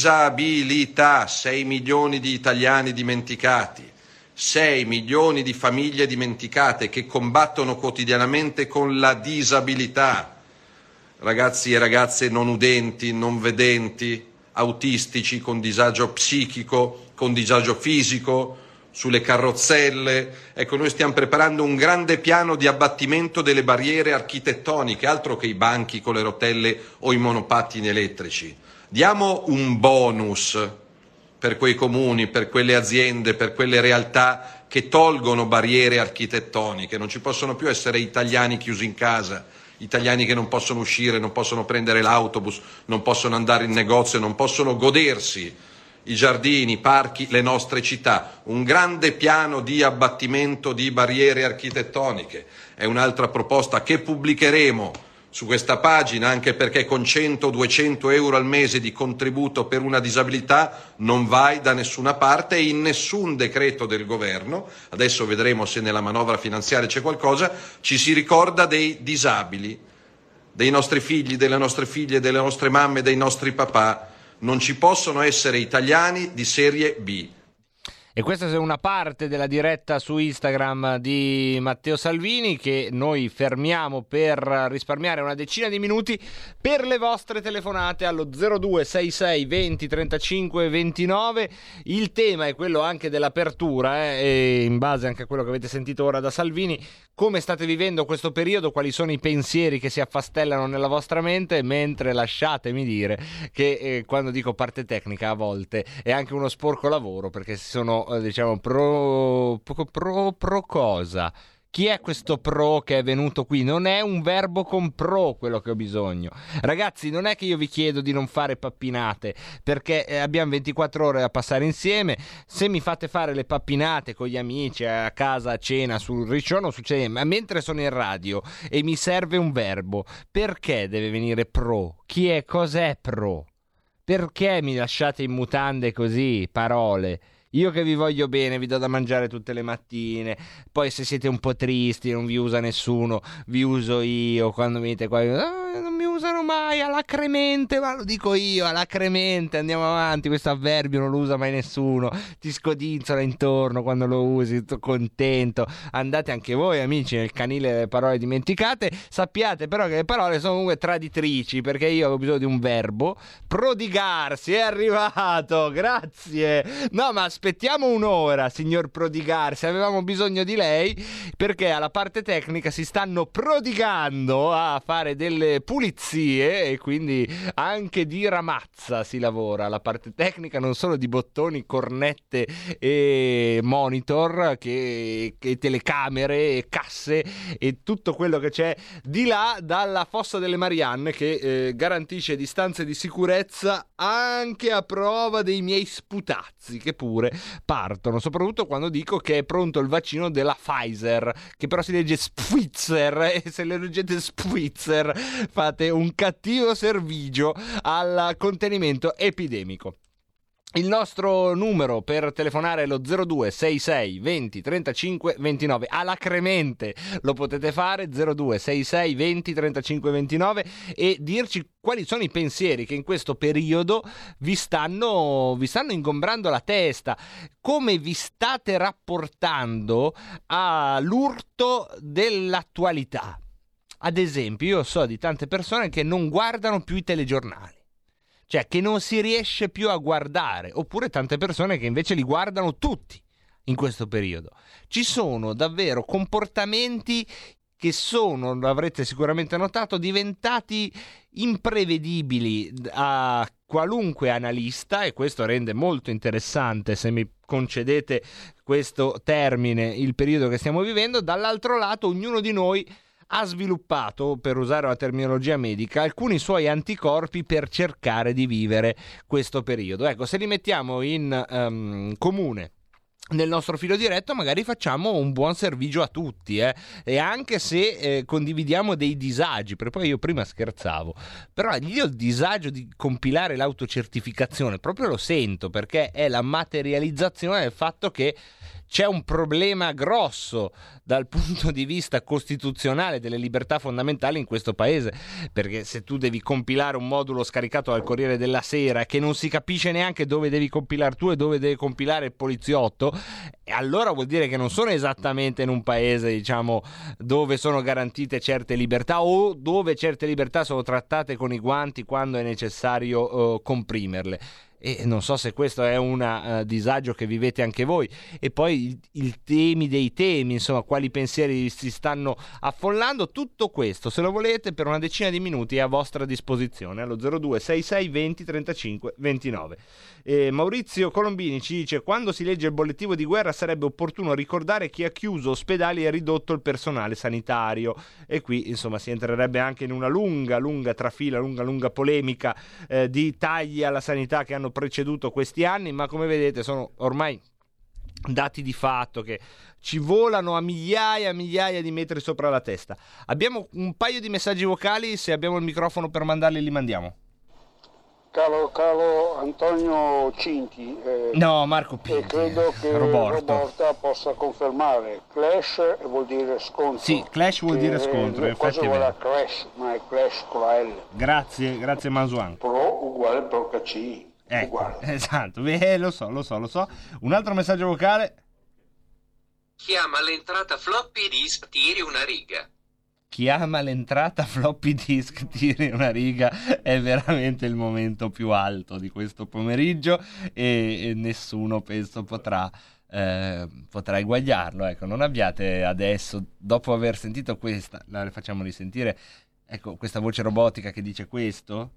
disabilità. sei milioni di italiani dimenticati, sei milioni di famiglie dimenticate che combattono quotidianamente con la disabilità. Ragazzi e ragazze non udenti, non vedenti, autistici, con disagio psichico, con disagio fisico, sulle carrozzelle. Ecco, noi stiamo preparando un grande piano di abbattimento delle barriere architettoniche, altro che i banchi con le rotelle o i monopattini elettrici. Diamo un bonus per quei comuni, per quelle aziende, per quelle realtà che tolgono barriere architettoniche. Non ci possono più essere italiani chiusi in casa, italiani che non possono uscire, non possono prendere l'autobus, non possono andare in negozio, non possono godersi i giardini, i parchi, le nostre città. Un grande piano di abbattimento di barriere architettoniche è un'altra proposta che pubblicheremo su questa pagina, anche perché con cento duecento euro al mese di contributo per una disabilità non vai da nessuna parte e in nessun decreto del governo, adesso vedremo se nella manovra finanziaria c'è qualcosa, ci si ricorda dei disabili, dei nostri figli, delle nostre figlie, delle nostre mamme, dei nostri papà. Non ci possono essere italiani di serie B. E questa è una parte della diretta su Instagram di Matteo Salvini che noi fermiamo per risparmiare una decina di minuti per le vostre telefonate allo zero due sei sei venti trentacinque ventinove. Il tema è quello anche dell'apertura, eh, e in base anche a quello che avete sentito ora da Salvini, come state vivendo questo periodo, quali sono i pensieri che si affastellano nella vostra mente, mentre lasciatemi dire che eh, quando dico parte tecnica a volte è anche uno sporco lavoro, perché si sono diciamo pro, pro pro cosa? Chi è questo pro che è venuto qui? Non è un verbo con pro quello che ho bisogno. Ragazzi, non è che io vi chiedo di non fare pappinate, perché abbiamo ventiquattro ore da passare insieme. Se mi fate fare le pappinate con gli amici a casa a cena sul ricciolo non succede, ma mentre sono in radio e mi serve un verbo, perché deve venire pro? Chi è? Cos'è pro? Perché mi lasciate in mutande così, parole? Io che vi voglio bene, vi do da mangiare tutte le mattine, poi se siete un po' tristi, non vi usa nessuno, vi uso io, quando venite qua, ah, non mi usano mai, alacremente, ma lo dico io, alacremente, andiamo avanti, questo avverbio non lo usa mai nessuno, ti scodinzola intorno quando lo usi, tutto contento. Andate anche voi amici nel canile delle parole dimenticate, sappiate però che le parole sono comunque traditrici, perché io ho bisogno di un verbo, prodigarsi, è arrivato, grazie, no ma aspettiamo un'ora, signor Prodigarsi, avevamo bisogno di lei, perché alla parte tecnica si stanno prodigando a fare delle pulizie e quindi anche di ramazza si lavora alla parte tecnica, non solo di bottoni, cornette e monitor, che, che telecamere e casse e tutto quello che c'è di là dalla Fossa delle Marianne, che eh, garantisce distanze di sicurezza anche a prova dei miei sputazzi, che pure partono, soprattutto quando dico che è pronto il vaccino della Pfizer, che però si legge Spitzer, e se le leggete Spitzer fate un cattivo servigio al contenimento epidemico. Il nostro numero per telefonare è lo zero due sei sei venti trentacinque ventinove. Alacremente lo potete fare, zero due sei sei venti trentacinque ventinove, e dirci quali sono i pensieri che in questo periodo vi stanno, vi stanno ingombrando la testa, come vi state rapportando all'urto dell'attualità. Ad esempio, io so di tante persone che non guardano più i telegiornali, cioè che non si riesce più a guardare, oppure tante persone che invece li guardano tutti in questo periodo. Ci sono davvero comportamenti che sono, lo avrete sicuramente notato, diventati imprevedibili a qualunque analista, e questo rende molto interessante, se mi concedete questo termine, il periodo che stiamo vivendo. Dall'altro lato, ognuno di noi ha sviluppato, per usare una terminologia medica, alcuni suoi anticorpi per cercare di vivere questo periodo. Ecco, se li mettiamo in um, comune nel nostro filo diretto, magari facciamo un buon servigio a tutti, eh? E anche se eh, condividiamo dei disagi, perché poi io prima scherzavo, però io il disagio di compilare l'autocertificazione proprio lo sento, perché è la materializzazione del fatto che c'è un problema grosso dal punto di vista costituzionale delle libertà fondamentali in questo paese, perché se tu devi compilare un modulo scaricato dal Corriere della Sera che non si capisce neanche dove devi compilare tu e dove deve compilare il poliziotto, allora vuol dire che non sono esattamente in un paese, diciamo, dove sono garantite certe libertà, o dove certe libertà sono trattate con i guanti quando è necessario uh, comprimerle. E non so se questo è un uh, disagio che vivete anche voi. E poi il, il temi dei temi, insomma, quali pensieri si stanno affollando, tutto questo, se lo volete, per una decina di minuti è a vostra disposizione allo zero due sei sei venti trentacinque ventinove. E Maurizio Colombini ci dice: quando si legge il bollettino di guerra sarebbe opportuno ricordare chi ha chiuso ospedali e ridotto il personale sanitario. E qui, insomma, si entrerebbe anche in una lunga lunga trafila, lunga lunga polemica eh, di tagli alla sanità che hanno preceduto questi anni, ma come vedete sono ormai dati di fatto che ci volano a migliaia e migliaia di metri sopra la testa. Abbiamo un paio di messaggi vocali, se abbiamo il microfono per mandarli li mandiamo. Caro, caro Antonio Cinti, eh, no Marco P. E credo che Roborto. Roborta possa confermare. Clash vuol dire scontro. Sì, clash vuol dire scontro. Eh, cosa vuole la Clash? Ma è Clash con la L. Grazie, grazie Manzuan. Pro uguale Pro K C. Ecco, esatto, eh, lo so, lo so, lo so. Un altro messaggio vocale. Chiama l'entrata floppy disk, tiri una riga. Chiama l'entrata floppy disk, tiri una riga, è veramente il momento più alto di questo pomeriggio e, e nessuno penso potrà eh, potrà eguagliarlo. Ecco, non abbiate adesso, dopo aver sentito questa, la facciamo risentire, ecco, questa voce robotica che dice questo.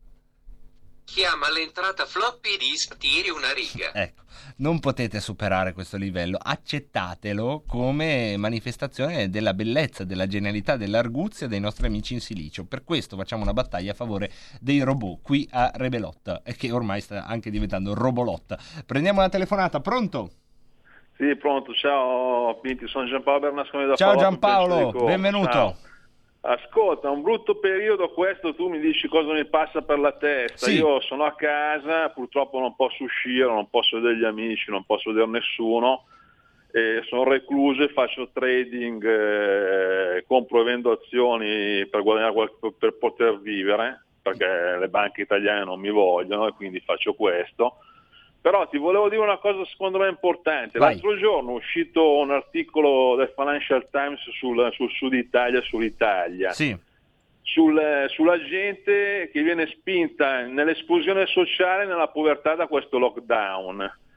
Chiama l'entrata floppy disk, tiri una riga. Ecco, non potete superare questo livello, accettatelo come manifestazione della bellezza, della genialità, dell'arguzia dei nostri amici in silicio. Per questo facciamo una battaglia a favore dei robot qui a Rebelot, che ormai sta anche diventando Robolot. Prendiamo una telefonata, pronto? Sì, pronto, ciao Pinti, sono Giampaolo Bernasconi da Ciao Giampaolo, benvenuto. Ciao. Ascolta, un brutto periodo questo, tu mi dici cosa mi passa per la testa. Sì. Io sono a casa, purtroppo non posso uscire, non posso vedere gli amici, non posso vedere nessuno, e sono recluso e faccio trading, eh, compro e vendo azioni per guadagnare qualche, per poter vivere, perché le banche italiane non mi vogliono e quindi faccio questo. Però ti volevo dire una cosa secondo me importante. Vai. L'altro giorno è uscito un articolo del Financial Times sul, sul Sud Italia, sull'Italia, sì. sul, sulla gente che viene spinta nell'esclusione sociale e nella povertà da questo lockdown.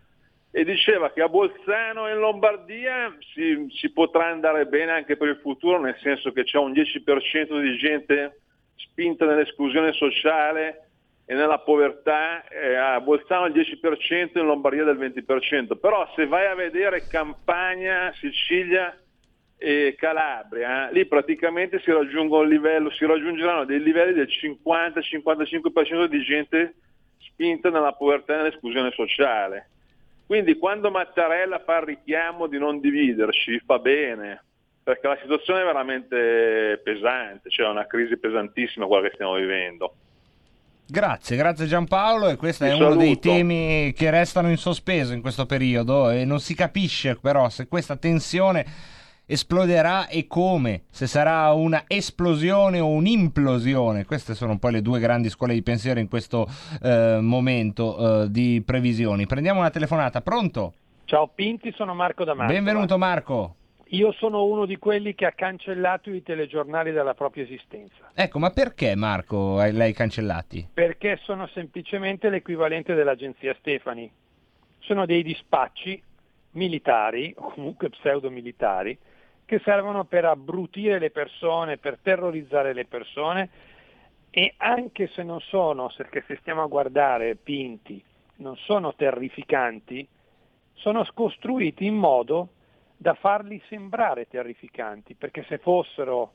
e diceva che a Bolzano e in Lombardia si, si potrà andare bene anche per il futuro, nel senso che c'è un dieci per cento di gente spinta nell'esclusione sociale e nella povertà, eh, a Bolzano il dieci per cento, in Lombardia del venti per cento. Però se vai a vedere Campania, Sicilia e Calabria, lì praticamente si raggiungono un livello, si raggiungeranno dei livelli del cinquanta cinquantacinque per cento di gente spinta nella povertà e nell'esclusione sociale. Quindi quando Mattarella fa il richiamo di non dividerci, fa bene, perché la situazione è veramente pesante, cioè è una crisi pesantissima quella che stiamo vivendo. Grazie, grazie Giampaolo, e questo Ti è saluto. uno dei temi che restano in sospeso in questo periodo, e non si capisce però se questa tensione esploderà e come, se sarà una esplosione o un'implosione. Queste sono poi le due grandi scuole di pensiero in questo eh, momento eh, di previsioni. Prendiamo una telefonata, pronto? Ciao Pinti, sono Marco da Mantova. Benvenuto Marco. Io sono uno di quelli che ha cancellato i telegiornali dalla propria esistenza. Ecco, ma perché Marco l'hai cancellati? Perché sono semplicemente l'equivalente dell'agenzia Stefani. Sono dei dispacci militari, o comunque pseudo-militari, che servono per abbrutire le persone, per terrorizzare le persone, e anche se non sono, perché se stiamo a guardare Pinti, non sono terrificanti, sono costruiti in modo da farli sembrare terrificanti, perché se fossero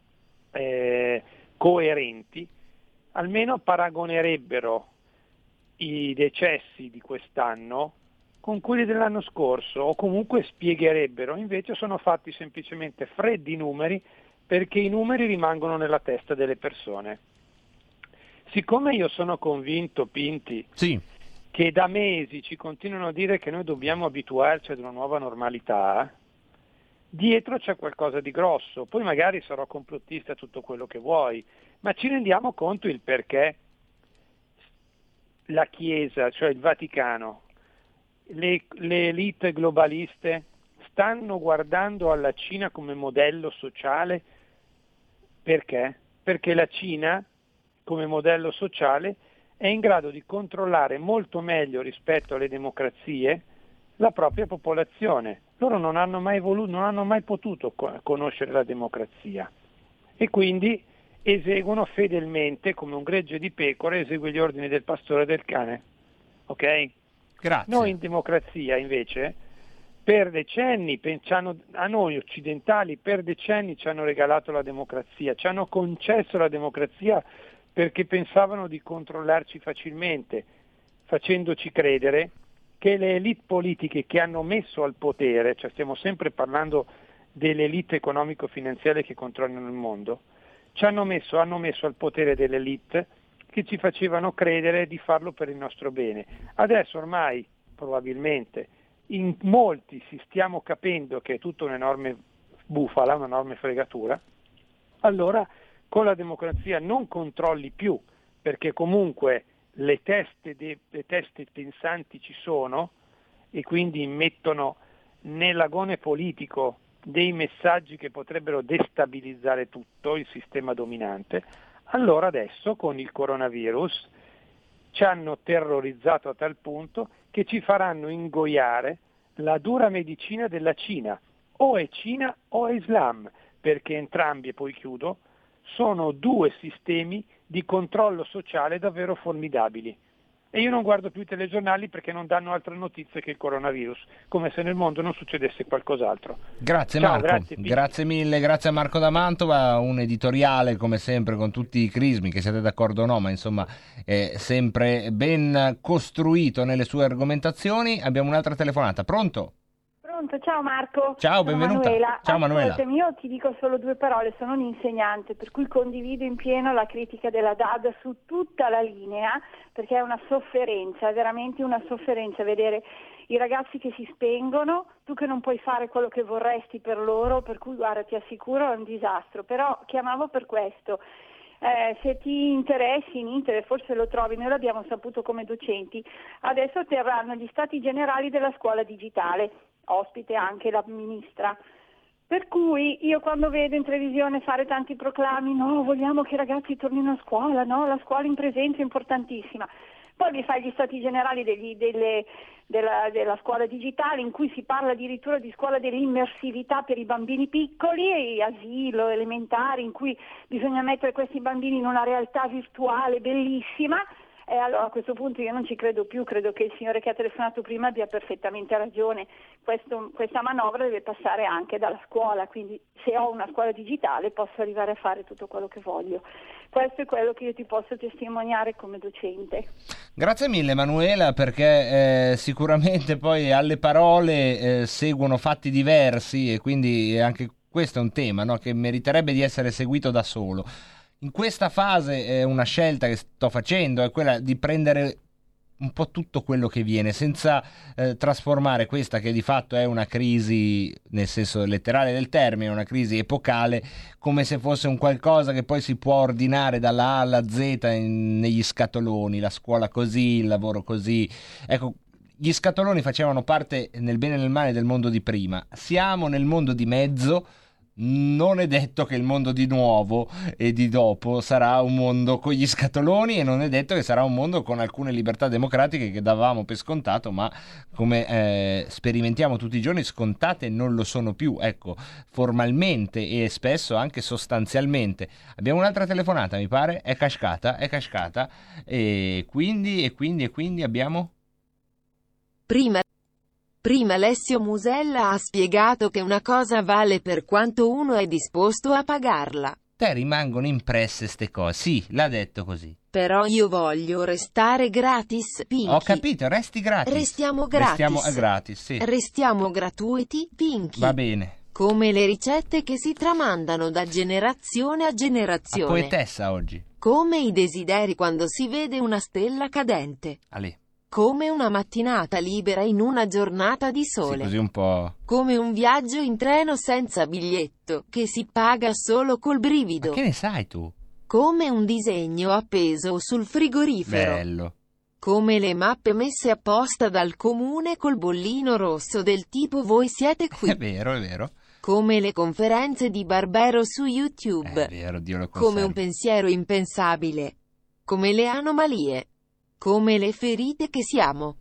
eh, coerenti, almeno paragonerebbero i decessi di quest'anno con quelli dell'anno scorso, o comunque spiegherebbero. Invece sono fatti semplicemente freddi numeri, perché i numeri rimangono nella testa delle persone. Siccome io sono convinto, Pinti, sì, che da mesi ci continuano a dire che noi dobbiamo abituarci ad una nuova normalità, dietro c'è qualcosa di grosso. Poi magari sarò complottista tutto quello che vuoi, ma ci rendiamo conto il perché la Chiesa, cioè il Vaticano, le, le elite globaliste stanno guardando alla Cina come modello sociale. Perché? Perché la Cina, come modello sociale, è in grado di controllare molto meglio rispetto alle democrazie la propria popolazione. Loro non hanno mai voluto, non hanno mai potuto co- conoscere la democrazia, e quindi eseguono fedelmente, come un gregge di pecore, esegue gli ordini del pastore e del cane. Ok? Grazie. Noi in democrazia invece per decenni, a noi occidentali per decenni ci hanno regalato la democrazia, ci hanno concesso la democrazia perché pensavano di controllarci facilmente, facendoci credere che le elite politiche che hanno messo al potere, cioè stiamo sempre parlando delle elite economico-finanziarie che controllano il mondo, ci hanno messo, hanno messo al potere delle elite che ci facevano credere di farlo per il nostro bene. Adesso ormai, probabilmente, in molti si stiamo capendo che è tutta un'enorme bufala, un'enorme fregatura. Allora con la democrazia non controlli più, perché comunque le teste, de, le teste pensanti ci sono, e quindi mettono nell'agone politico dei messaggi che potrebbero destabilizzare tutto il sistema dominante. Allora adesso con il coronavirus ci hanno terrorizzato a tal punto che ci faranno ingoiare la dura medicina della Cina. O è Cina o è Islam, perché entrambi, e poi chiudo, sono due sistemi di controllo sociale davvero formidabili. E io non guardo più i telegiornali perché non danno altre notizie che il coronavirus, come se nel mondo non succedesse qualcos'altro. Grazie Ciao, Marco, grazie, grazie mille, grazie a Marco da Mantova, un editoriale come sempre con tutti i crismi, che siete d'accordo o no, ma insomma è sempre ben costruito nelle sue argomentazioni. Abbiamo un'altra telefonata, pronto? Pronto, ciao Marco. Ciao, Sono benvenuta. Manuela. Ciao Manuela. Ascoltami, io ti dico solo due parole, sono un insegnante, per cui condivido in pieno la critica della D A D su tutta la linea, perché è una sofferenza, è veramente una sofferenza vedere i ragazzi che si spengono, tu che non puoi fare quello che vorresti per loro, per cui guarda, ti assicuro è un disastro, però chiamavo per questo. Eh, se ti interessi in internet, forse lo trovi, noi l'abbiamo saputo come docenti, adesso terranno gli stati generali della scuola digitale, ospite anche la ministra, per cui io quando vedo in televisione fare tanti proclami, no, vogliamo che i ragazzi tornino a scuola, no, la scuola in presenza è importantissima, Poi vi fa gli stati generali degli, delle, della, della scuola digitale, in cui si parla addirittura di scuola dell'immersività per i bambini piccoli, asilo, elementari, in cui bisogna mettere questi bambini in una realtà virtuale bellissima. E allora a questo punto io non ci credo più, credo che il signore che ha telefonato prima abbia perfettamente ragione. Questo, questa manovra deve passare anche dalla scuola, quindi se ho una scuola digitale posso arrivare a fare tutto quello che voglio. Questo è quello che io ti posso testimoniare come docente. Grazie mille Emanuela, perché eh, sicuramente poi alle parole eh, seguono fatti diversi e quindi anche questo è un tema, no? Che meriterebbe di essere seguito da solo. In questa fase è una scelta che sto facendo, è quella di prendere un po' tutto quello che viene, senza eh, trasformare questa che di fatto è una crisi, nel senso letterale del termine, una crisi epocale, come se fosse un qualcosa che poi si può ordinare dalla A alla Z in, negli scatoloni, la scuola così, il lavoro così. Ecco, gli scatoloni facevano parte nel bene e nel male del mondo di prima, siamo nel mondo di mezzo. Non è detto che il mondo di nuovo e di dopo sarà un mondo con gli scatoloni, e non è detto che sarà un mondo con alcune libertà democratiche che davamo per scontato, ma come eh, sperimentiamo tutti i giorni scontate non lo sono più, ecco, formalmente e spesso anche sostanzialmente. Abbiamo un'altra telefonata, mi pare, è cascata, è cascata e quindi e quindi e quindi abbiamo Prima Prima Alessio Musella ha spiegato che una cosa vale per quanto uno è disposto a pagarla. Te rimangono impresse ste cose, sì, l'ha detto così. Però io voglio restare gratis, Pinky. Ho capito, resti gratis. Restiamo gratis. Restiamo a gratis, sì. Restiamo gratuiti, Pinky. Va bene. Come le ricette che si tramandano da generazione a generazione. A poetessa oggi. Come i desideri quando si vede una stella cadente. Ale. Come una mattinata libera in una giornata di sole. Sì, così un po'. Come un viaggio in treno senza biglietto, che si paga solo col brivido. Ma che ne sai tu? Come un disegno appeso sul frigorifero. Bello. Come le mappe messe apposta dal comune col bollino rosso del tipo voi siete qui. È vero, è vero. Come le conferenze di Barbero su YouTube. È vero, Dio lo conservi. Come un pensiero impensabile. Come le anomalie. Come le ferite che siamo.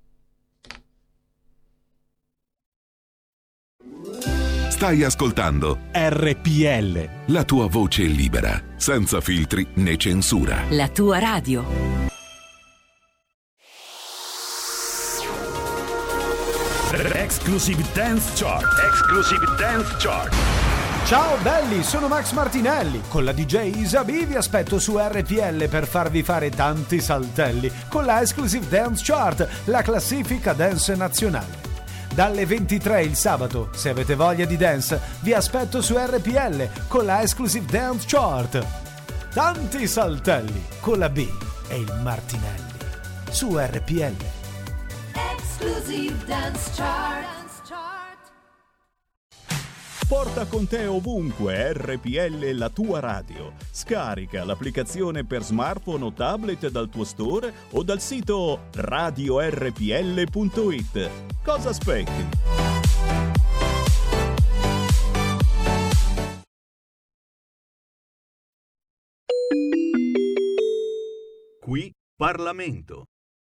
Stai ascoltando R P L, la tua voce libera, senza filtri né censura. La tua radio. Exclusive Dance Chart. Exclusive Dance Chart. Ciao belli, sono Max Martinelli. Con la D J Isabi vi aspetto su R P L per farvi fare tanti saltelli con la Exclusive Dance Chart, la classifica dance nazionale. Dalle ventitré il sabato, se avete voglia di dance, vi aspetto su R P L con la Exclusive Dance Chart. Tanti saltelli con la B e il Martinelli su R P L. Exclusive Dance Chart. Porta con te ovunque R P L, la tua radio. Scarica l'applicazione per smartphone o tablet dal tuo store o dal sito radio r p l punto i t. Cosa aspetti? Qui Parlamento.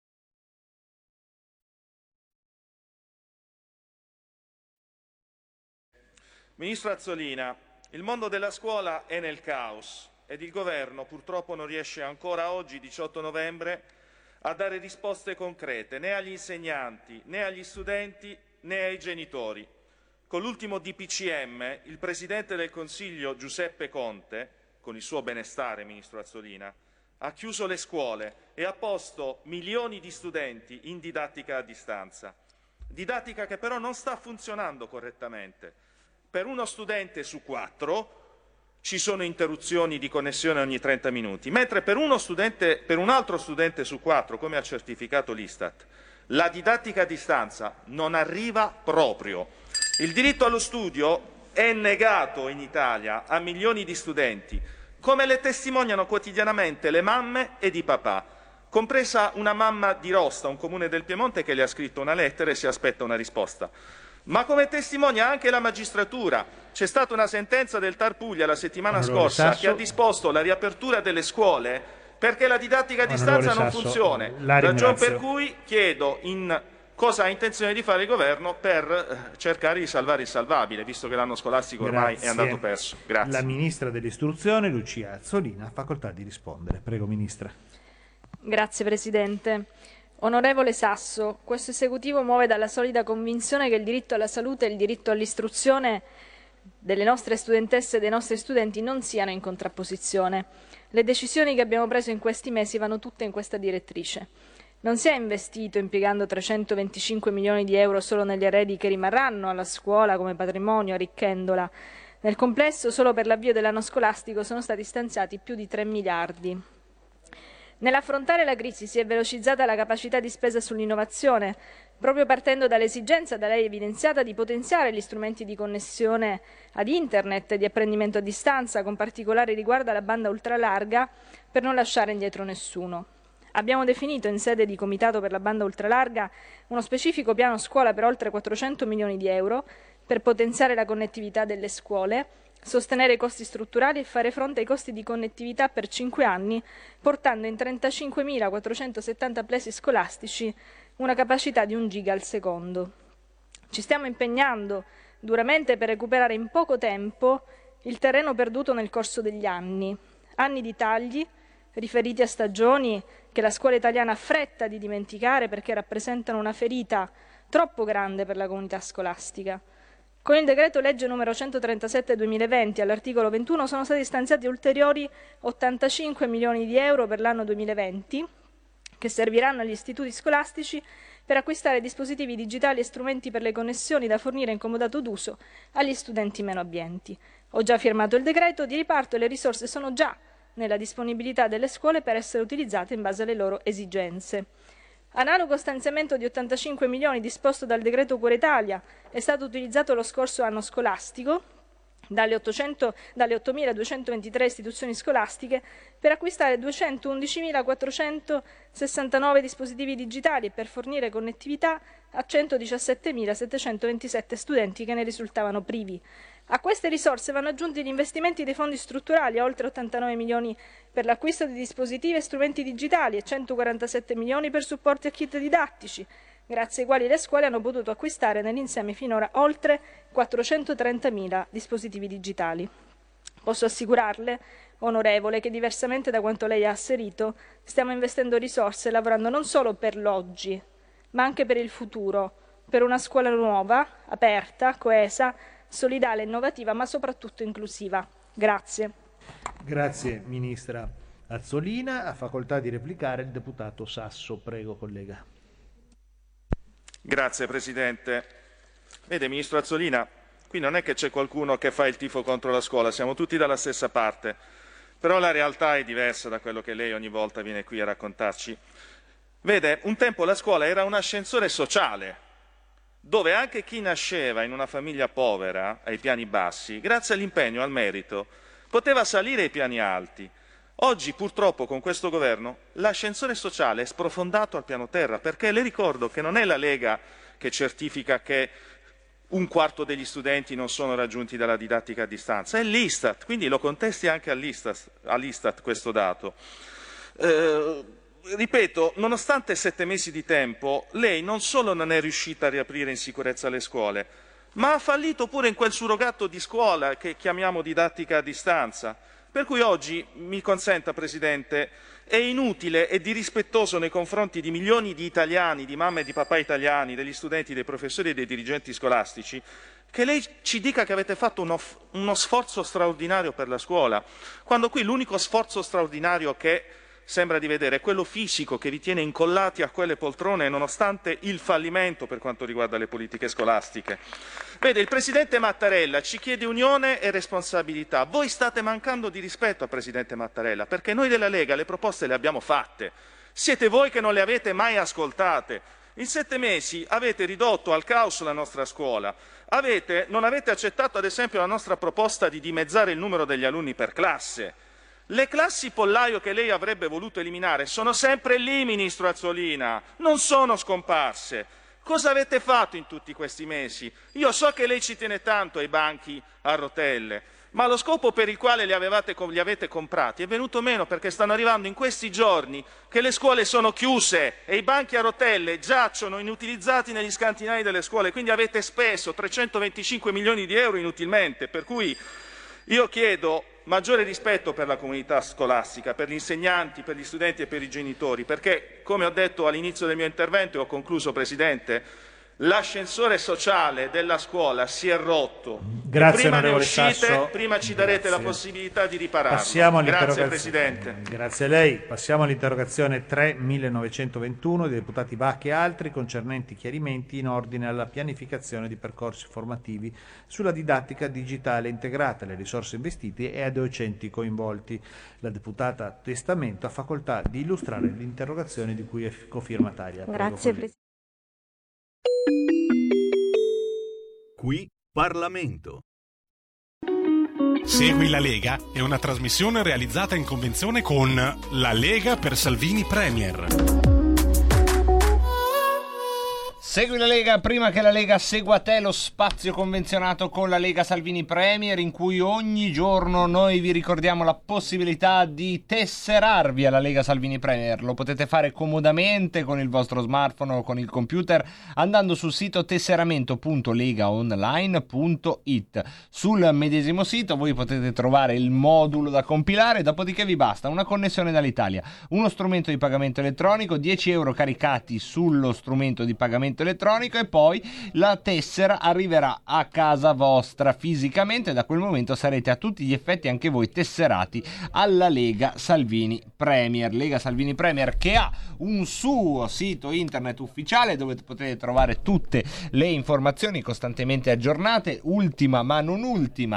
Ministro Azzolina, il mondo della scuola è nel caos ed il governo purtroppo non riesce ancora oggi, diciotto novembre, a dare risposte concrete né agli insegnanti, né agli studenti, né ai genitori. Con l'ultimo D P C M il Presidente del Consiglio Giuseppe Conte, con il suo benestare, Ministro Azzolina, ha chiuso le scuole e ha posto milioni di studenti in didattica a distanza. Didattica che però non sta funzionando correttamente. Per uno studente su quattro ci sono interruzioni di connessione ogni trenta minuti, mentre per, uno studente, per un altro studente su quattro, come ha certificato l'Istat, la didattica a distanza non arriva proprio. Il diritto allo studio è negato in Italia a milioni di studenti, come le testimoniano quotidianamente le mamme ed i papà, compresa una mamma di Rosta, un comune del Piemonte, che le ha scritto una lettera e si aspetta una risposta. Ma come testimonia anche la magistratura, c'è stata una sentenza del Tar Puglia la settimana allora, scorsa Sasso... che ha disposto la riapertura delle scuole perché la didattica a distanza non Sasso, funziona. la Ragione ringrazio. per cui chiedo in cosa ha intenzione di fare il governo per eh, cercare di salvare il salvabile, visto che l'anno scolastico ormai Grazie. è andato perso. Grazie. La ministra dell'istruzione Lucia Azzolina ha facoltà di rispondere. Prego, ministra. Grazie Presidente. Onorevole Sasso, questo esecutivo muove dalla solida convinzione che il diritto alla salute e il diritto all'istruzione delle nostre studentesse e dei nostri studenti non siano in contrapposizione. Le decisioni che abbiamo preso in questi mesi vanno tutte in questa direttrice. Non si è investito impiegando trecentoventicinque milioni di euro solo negli arredi che rimarranno alla scuola come patrimonio, arricchendola. Nel complesso, solo per l'avvio dell'anno scolastico sono stati stanziati più di tre miliardi. Nell'affrontare la crisi si è velocizzata la capacità di spesa sull'innovazione, proprio partendo dall'esigenza da lei evidenziata di potenziare gli strumenti di connessione ad Internet e di apprendimento a distanza, con particolare riguardo alla banda ultralarga, per non lasciare indietro nessuno. Abbiamo definito in sede di Comitato per la banda ultralarga uno specifico piano scuola per oltre quattrocento milioni di euro per potenziare la connettività delle scuole, sostenere i costi strutturali e fare fronte ai costi di connettività per cinque anni, portando in trentacinquemilaquattrocentosettanta plessi scolastici una capacità di un giga al secondo. Ci stiamo impegnando duramente per recuperare in poco tempo il terreno perduto nel corso degli anni, anni di tagli riferiti a stagioni che la scuola italiana ha fretta di dimenticare perché rappresentano una ferita troppo grande per la comunità scolastica. Con il decreto legge numero centotrentasette duemilaventi all'articolo ventuno sono stati stanziati ulteriori ottantacinque milioni di euro per l'anno duemilaventi che serviranno agli istituti scolastici per acquistare dispositivi digitali e strumenti per le connessioni da fornire in comodato d'uso agli studenti meno abbienti. Ho già firmato il decreto di riparto e le risorse sono già nella disponibilità delle scuole per essere utilizzate in base alle loro esigenze. Analogo stanziamento di ottantacinque milioni disposto dal decreto Cura Italia è stato utilizzato lo scorso anno scolastico dalle, ottocento, dalle ottomiladuecentoventitré istituzioni scolastiche per acquistare duecentoundicimilaquattrocentosessantanove dispositivi digitali e per fornire connettività a centodiciassettemilasettecentoventisette studenti che ne risultavano privi. A queste risorse vanno aggiunti gli investimenti dei fondi strutturali a oltre ottantanove milioni per l'acquisto di dispositivi e strumenti digitali e centoquarantasette milioni per supporti a kit didattici, grazie ai quali le scuole hanno potuto acquistare nell'insieme finora oltre quattrocentotrentamila dispositivi digitali. Posso assicurarle, onorevole, che diversamente da quanto lei ha asserito, stiamo investendo risorse lavorando non solo per l'oggi, ma anche per il futuro, per una scuola nuova, aperta, coesa, solidale, innovativa, ma soprattutto inclusiva. Grazie. Grazie, ministra Azzolina. Ha facoltà di replicare il deputato Sasso. Prego, collega. Grazie Presidente. Vede, ministro Azzolina, qui non è che c'è qualcuno che fa il tifo contro la scuola, siamo tutti dalla stessa parte, però la realtà è diversa da quello che lei ogni volta viene qui a raccontarci. Vede, un tempo la scuola era un ascensore sociale, dove anche chi nasceva in una famiglia povera, ai piani bassi, grazie all'impegno e al merito, poteva salire ai piani alti. Oggi, purtroppo, con questo governo, l'ascensore sociale è sprofondato al piano terra, perché le ricordo che non è la Lega che certifica che un quarto degli studenti non sono raggiunti dalla didattica a distanza, è l'Istat, quindi lo contesti anche all'Istat, all'Istat questo dato. Eh, Ripeto, nonostante sette mesi di tempo, lei non solo non è riuscita a riaprire in sicurezza le scuole, ma ha fallito pure in quel surrogato di scuola che chiamiamo didattica a distanza. Per cui oggi, mi consenta Presidente, è inutile e dirrispettoso nei confronti di milioni di italiani, di mamme e di papà italiani, degli studenti, dei professori e dei dirigenti scolastici, che lei ci dica che avete fatto uno, uno sforzo straordinario per la scuola, quando qui l'unico sforzo straordinario che sembra di vedere è quello fisico che vi tiene incollati a quelle poltrone nonostante il fallimento per quanto riguarda le politiche scolastiche. Vede, il Presidente Mattarella ci chiede unione e responsabilità. Voi state mancando di rispetto al Presidente Mattarella, perché noi della Lega le proposte le abbiamo fatte. Siete voi che non le avete mai ascoltate. In sette mesi avete ridotto al caos la nostra scuola. Avete, non avete accettato ad esempio la nostra proposta di dimezzare il numero degli alunni per classe. Le classi pollaio che lei avrebbe voluto eliminare sono sempre lì, ministro Azzolina, non sono scomparse. Cosa avete fatto in tutti questi mesi? Io so che lei ci tiene tanto ai banchi a rotelle, ma lo scopo per il quale li, avevate, li avete comprati è venuto meno, perché stanno arrivando in questi giorni che le scuole sono chiuse e i banchi a rotelle giacciono inutilizzati negli scantinai delle scuole, quindi avete speso trecentoventicinque milioni di euro inutilmente, per cui io chiedo maggiore rispetto per la comunità scolastica, per gli insegnanti, per gli studenti e per i genitori, perché, come ho detto all'inizio del mio intervento e ho concluso, Presidente, l'ascensore sociale della scuola si è rotto. Grazie, prima ne onorevole uscite, Sasso. prima ci darete Grazie. la possibilità di ripararlo. Passiamo Grazie all'interrogazione. Presidente. Grazie a lei. Passiamo all'interrogazione tre millenovecentoventuno dei deputati Vacchi e altri, concernenti chiarimenti in ordine alla pianificazione di percorsi formativi sulla didattica digitale integrata, le risorse investite e ai docenti coinvolti. La deputata Testamento ha facoltà di illustrare l'interrogazione di cui è cofirmataria. Prego, Grazie collega. Presidente. Qui Parlamento. Segui la Lega è una trasmissione realizzata in convenzione con La Lega per Salvini Premier. Segui la Lega prima che la Lega segua te, lo spazio convenzionato con la Lega Salvini Premier, in cui ogni giorno noi vi ricordiamo la possibilità di tesserarvi alla Lega Salvini Premier. Lo potete fare comodamente con il vostro smartphone o con il computer andando sul sito tesseramento punto legaonline punto it. Sul medesimo sito voi potete trovare il modulo da compilare, dopodiché vi basta una connessione dall'Italia, uno strumento di pagamento elettronico, dieci euro caricati sullo strumento di pagamento elettronico e poi la tessera arriverà a casa vostra fisicamente. Da quel momento sarete a tutti gli effetti anche voi tesserati alla Lega Salvini Premier. Lega Salvini Premier che ha un suo sito internet ufficiale dove potete trovare tutte le informazioni costantemente aggiornate, ultima ma non ultima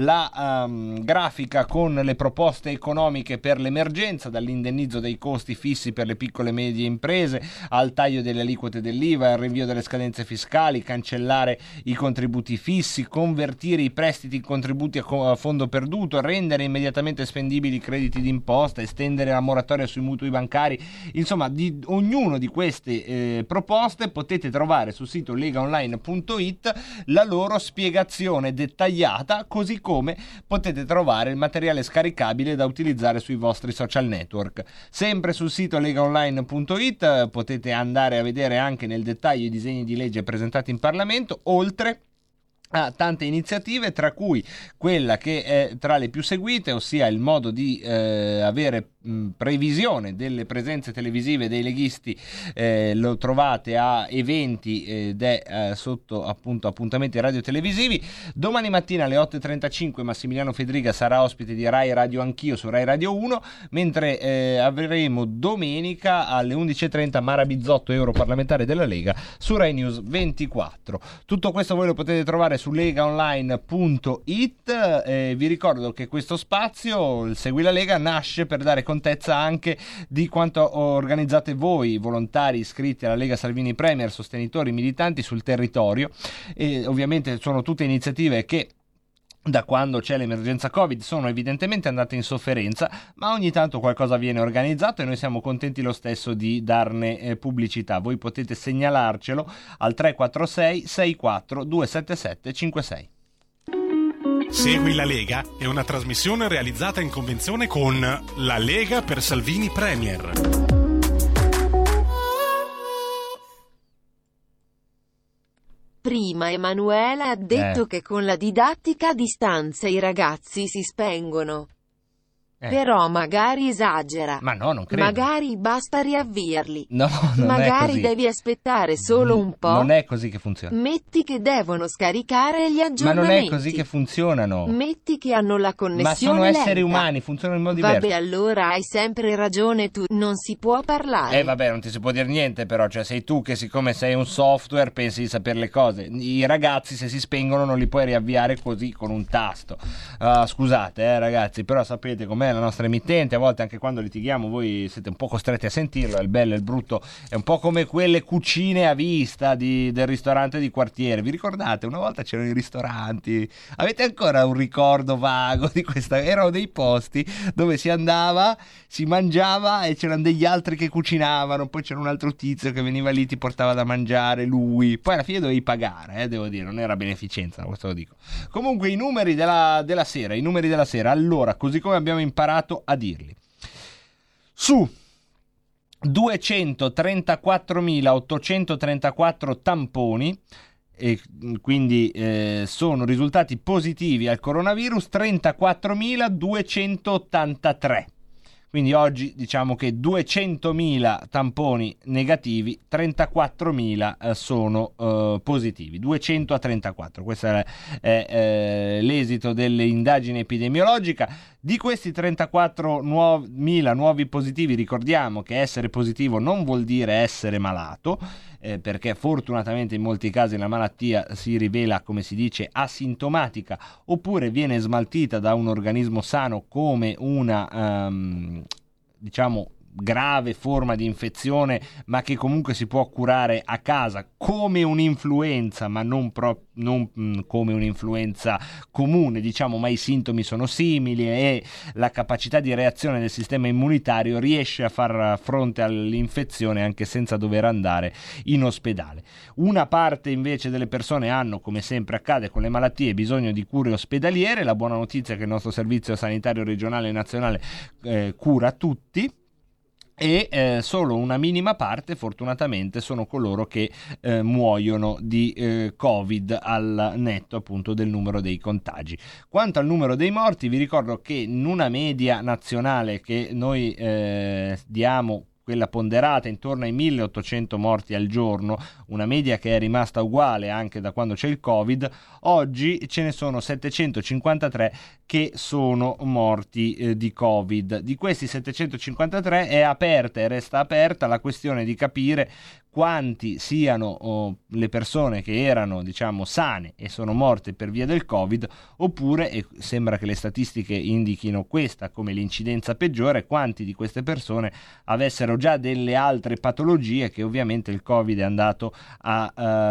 la um, grafica con le proposte economiche per l'emergenza, dall'indennizzo dei costi fissi per le piccole e medie imprese al taglio delle aliquote dell'I V A, al rinvio delle scadenze fiscali, cancellare i contributi fissi, convertire i prestiti in contributi a, co- a fondo perduto, rendere immediatamente spendibili i crediti d'imposta, estendere la moratoria sui mutui bancari. Insomma, di ognuno di queste eh, proposte potete trovare sul sito legaonline punto it la loro spiegazione dettagliata, così come potete trovare il materiale scaricabile da utilizzare sui vostri social network. Sempre sul sito legaonline punto it eh, potete andare a vedere anche nel dettaglio i disegni di legge presentati in Parlamento, oltre a tante iniziative, tra cui quella che è tra le più seguite, ossia il modo di eh, avere mh, previsione delle presenze televisive dei leghisti. Eh, lo trovate a eventi ed è eh, sotto appunto appuntamenti radiotelevisivi. Domani mattina alle otto e trentacinque Massimiliano Fedriga sarà ospite di Rai Radio Anch'io su Rai Radio uno, mentre eh, avremo domenica alle undici e trenta Mara Bizzotto, europarlamentare della Lega, su Rai News ventiquattro. Tutto questo voi lo potete trovare su legaonline punto it. Eh, vi ricordo che questo spazio, il Segui la Lega, nasce per dare contezza anche di quanto organizzate voi, volontari iscritti alla Lega Salvini Premier, sostenitori, militanti sul territorio. E ovviamente sono tutte iniziative che da quando c'è l'emergenza Covid sono evidentemente andate in sofferenza, ma ogni tanto qualcosa viene organizzato e noi siamo contenti lo stesso di darne eh, pubblicità. Voi potete segnalarcelo al tre quattro sei sei quattro due sette sette cinque sei. Segui la Lega è una trasmissione realizzata in convenzione con La Lega per Salvini Premier. Prima Emanuela ha detto Eh. che con la didattica a distanza i ragazzi si spengono. Eh. Però magari esagera. Ma no, non credo. Magari basta riavviarli. No, non è Magari così. devi aspettare solo un po'. Non è così che funziona. Metti che devono scaricare gli Ma aggiornamenti. non è così che funzionano. Metti che hanno la connessione Ma sono esseri lenta. umani, funzionano in modo diverso. Vabbè, allora hai sempre ragione tu. Non si può parlare. Eh vabbè, non ti si può dire niente, però, cioè sei tu che siccome sei un software pensi di sapere le cose. I ragazzi se si spengono non li puoi riavviare così con un tasto. Uh, scusate eh ragazzi, però sapete com'è me è la nostra emittente, a volte anche quando litighiamo voi siete un po' costretti a sentirlo, è il bello e il brutto, è un po' come quelle cucine a vista di, del ristorante di quartiere. Vi ricordate? Una volta c'erano i ristoranti, avete ancora un ricordo vago di questa? Erano dei posti dove si andava, si mangiava e c'erano degli altri che cucinavano, poi c'era un altro tizio che veniva lì, ti portava da mangiare lui, poi alla fine dovevi pagare, eh, devo dire, non era beneficenza, questo lo dico. Comunque i numeri della, della sera, i numeri della sera, allora, così come abbiamo imparato a dirli. Su duecentotrentaquattromilaottocentotrentaquattro tamponi, e quindi eh, sono risultati positivi al coronavirus trentaquattromiladuecentottantatré. Quindi oggi diciamo che duecentomila tamponi negativi, trentaquattromila eh, sono eh, positivi, duecento a trentaquattro. Questo è eh, eh, l'esito delle indagini epidemiologica. Di questi trentaquattromila nuovi positivi, ricordiamo che essere positivo non vuol dire essere malato, eh, perché fortunatamente in molti casi la malattia si rivela, come si dice, asintomatica, oppure viene smaltita da un organismo sano come una um, diciamo grave forma di infezione, ma che comunque si può curare a casa come un'influenza, ma non, pro- non mh, come un'influenza comune, diciamo, ma i sintomi sono simili e la capacità di reazione del sistema immunitario riesce a far fronte all'infezione anche senza dover andare in ospedale. Una parte invece delle persone hanno, come sempre accade con le malattie, bisogno di cure ospedaliere. La buona notizia è che il nostro servizio sanitario regionale e nazionale eh, cura tutti, e eh, solo una minima parte fortunatamente sono coloro che eh, muoiono di eh, Covid al netto appunto del numero dei contagi. Quanto al numero dei morti, vi ricordo che in una media nazionale che noi eh, diamo, quella ponderata intorno ai milleottocento morti al giorno, una media che è rimasta uguale anche da quando c'è il Covid, oggi ce ne sono settecentocinquantatré che sono morti eh, di Covid. Di questi settecentocinquantatré è aperta e resta aperta la questione di capire quanti siano oh, le persone che erano, diciamo, sane e sono morte per via del Covid, oppure, e sembra che le statistiche indichino questa come l'incidenza peggiore, quanti di queste persone avessero già delle altre patologie che ovviamente il Covid è andato a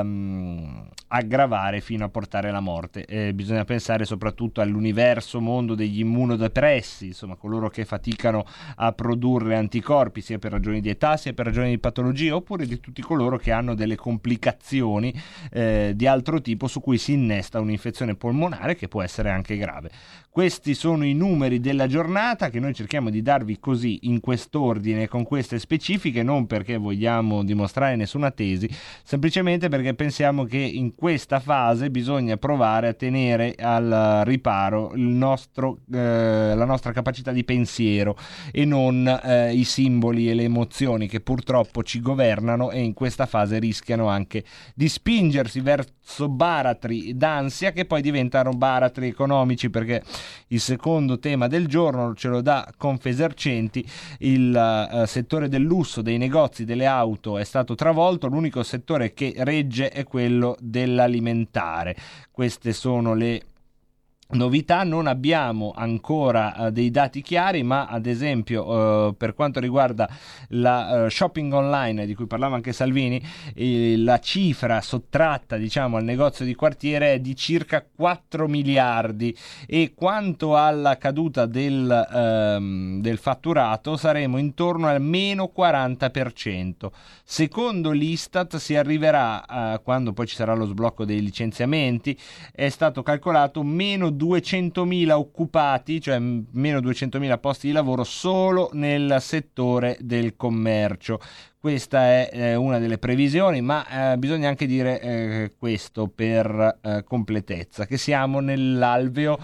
um, aggravare fino a portare alla morte. Eh, bisogna pensare soprattutto all'universo mondo degli immunodepressi, insomma coloro che faticano a produrre anticorpi sia per ragioni di età sia per ragioni di patologia, oppure di tutti coloro che hanno delle complicazioni eh, di altro tipo su cui si innesta un'infezione polmonare che può essere anche grave. Questi sono i numeri della giornata che noi cerchiamo di darvi così in quest'ordine, con queste specifiche, non perché vogliamo dimostrare nessuna tesi, semplicemente perché pensiamo che in questa fase bisogna provare a tenere al riparo il nostro, eh, la nostra capacità di pensiero e non eh, i simboli e le emozioni che purtroppo ci governano e in questa fase rischiano anche di spingersi verso baratri d'ansia che poi diventano baratri economici, perché il secondo tema del giorno ce lo dà Confesercenti: il uh, settore del lusso, dei negozi, delle auto è stato travolto, l'unico settore che regge è quello dell'alimentare. Queste sono le novità. Non abbiamo ancora uh, dei dati chiari, ma ad esempio uh, per quanto riguarda la uh, shopping online di cui parlava anche Salvini, eh, la cifra sottratta diciamo al negozio di quartiere è di circa quattro miliardi, e quanto alla caduta del, um, del fatturato saremo intorno al meno quaranta per cento. Secondo l'Istat si arriverà a, quando poi ci sarà lo sblocco dei licenziamenti, è stato calcolato meno duecentomila occupati, cioè meno duecentomila posti di lavoro solo nel settore del commercio. Questa è eh, una delle previsioni, ma eh, bisogna anche dire eh, questo per eh, completezza, che siamo nell'alveo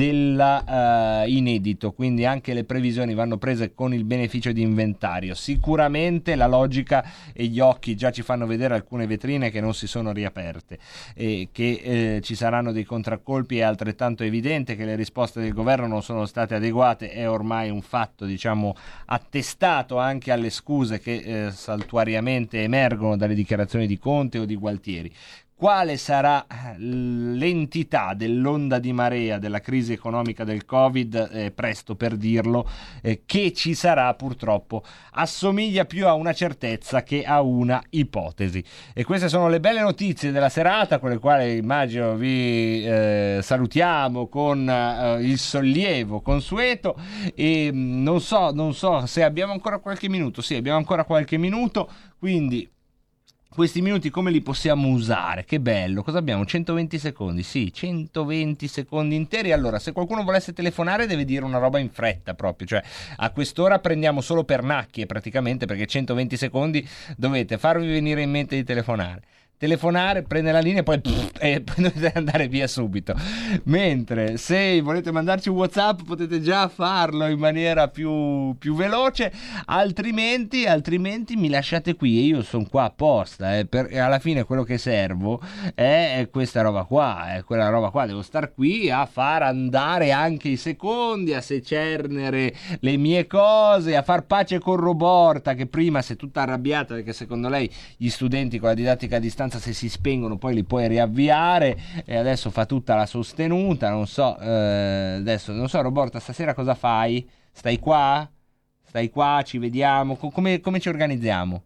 dell'inedito, quindi anche le previsioni vanno prese con il beneficio di inventario. Sicuramente la logica e gli occhi già ci fanno vedere alcune vetrine che non si sono riaperte, e che eh, ci saranno dei contraccolpi. È altrettanto evidente che le risposte del governo non sono state adeguate, è ormai un fatto diciamo attestato anche alle scuse che eh, saltuariamente emergono dalle dichiarazioni di Conte o di Gualtieri. quale sarà l'entità dell'onda di marea della crisi economica del Covid, eh, presto per dirlo, eh, che ci sarà purtroppo assomiglia più a una certezza che a una ipotesi. E queste sono le belle notizie della serata, con le quali immagino vi eh, salutiamo con eh, il sollievo consueto. E mh, non so, non so se abbiamo ancora qualche minuto. Sì, abbiamo ancora qualche minuto, quindi questi minuti come li possiamo usare? Che bello, cosa abbiamo? centoventi secondi, sì, centoventi secondi interi. Allora, se qualcuno volesse telefonare deve dire una roba in fretta proprio, cioè a quest'ora prendiamo solo pernacchie praticamente, perché centoventi secondi dovete farvi venire in mente di telefonare. Telefonare, prendere la linea e poi, pff, e poi dovete andare via subito. Mentre se volete mandarci un WhatsApp potete già farlo in maniera più, più veloce, altrimenti, altrimenti mi lasciate qui e io sono qua apposta, eh, per, e alla fine quello che servo è, è questa roba qua, è quella roba qua, devo star qui a far andare anche i secondi, a secernere le mie cose, a far pace con Roborta, che prima si è tutta arrabbiata perché secondo lei gli studenti con la didattica a distanza, se si spengono poi li puoi riavviare, e adesso fa tutta la sostenuta. Non so, eh, adesso non so, Roborta, stasera cosa fai? Stai qua? Stai qua? Ci vediamo? Come, come ci organizziamo?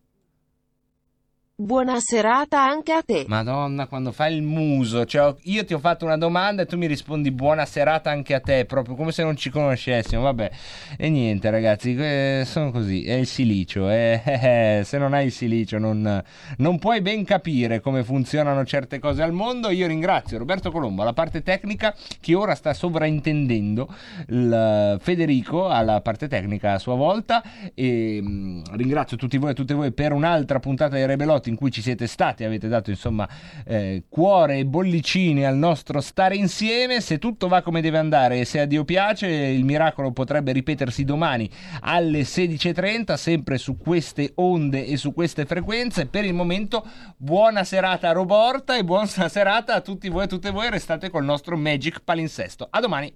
Buona serata anche a te. Madonna, quando fai il muso, cioè io ti ho fatto una domanda e tu mi rispondi buona serata anche a te, proprio come se non ci conoscessimo. Vabbè, e niente ragazzi, eh, sono così, è il silicio, eh, eh, se non hai il silicio non, non puoi ben capire come funzionano certe cose al mondo. Io ringrazio Roberto Colombo alla parte tecnica, che ora sta sovraintendendo il Federico alla parte tecnica a sua volta, e mh, ringrazio tutti voi e tutte voi per un'altra puntata di Rebelotti in cui ci siete stati, avete dato insomma eh, cuore e bollicine al nostro stare insieme. Se tutto va come deve andare e se a Dio piace, il miracolo potrebbe ripetersi domani alle sedici e trenta, sempre su queste onde e su queste frequenze. Per il momento buona serata a Roborta e buona serata a tutti voi e tutte voi. Restate col nostro Magic Palinsesto. A domani.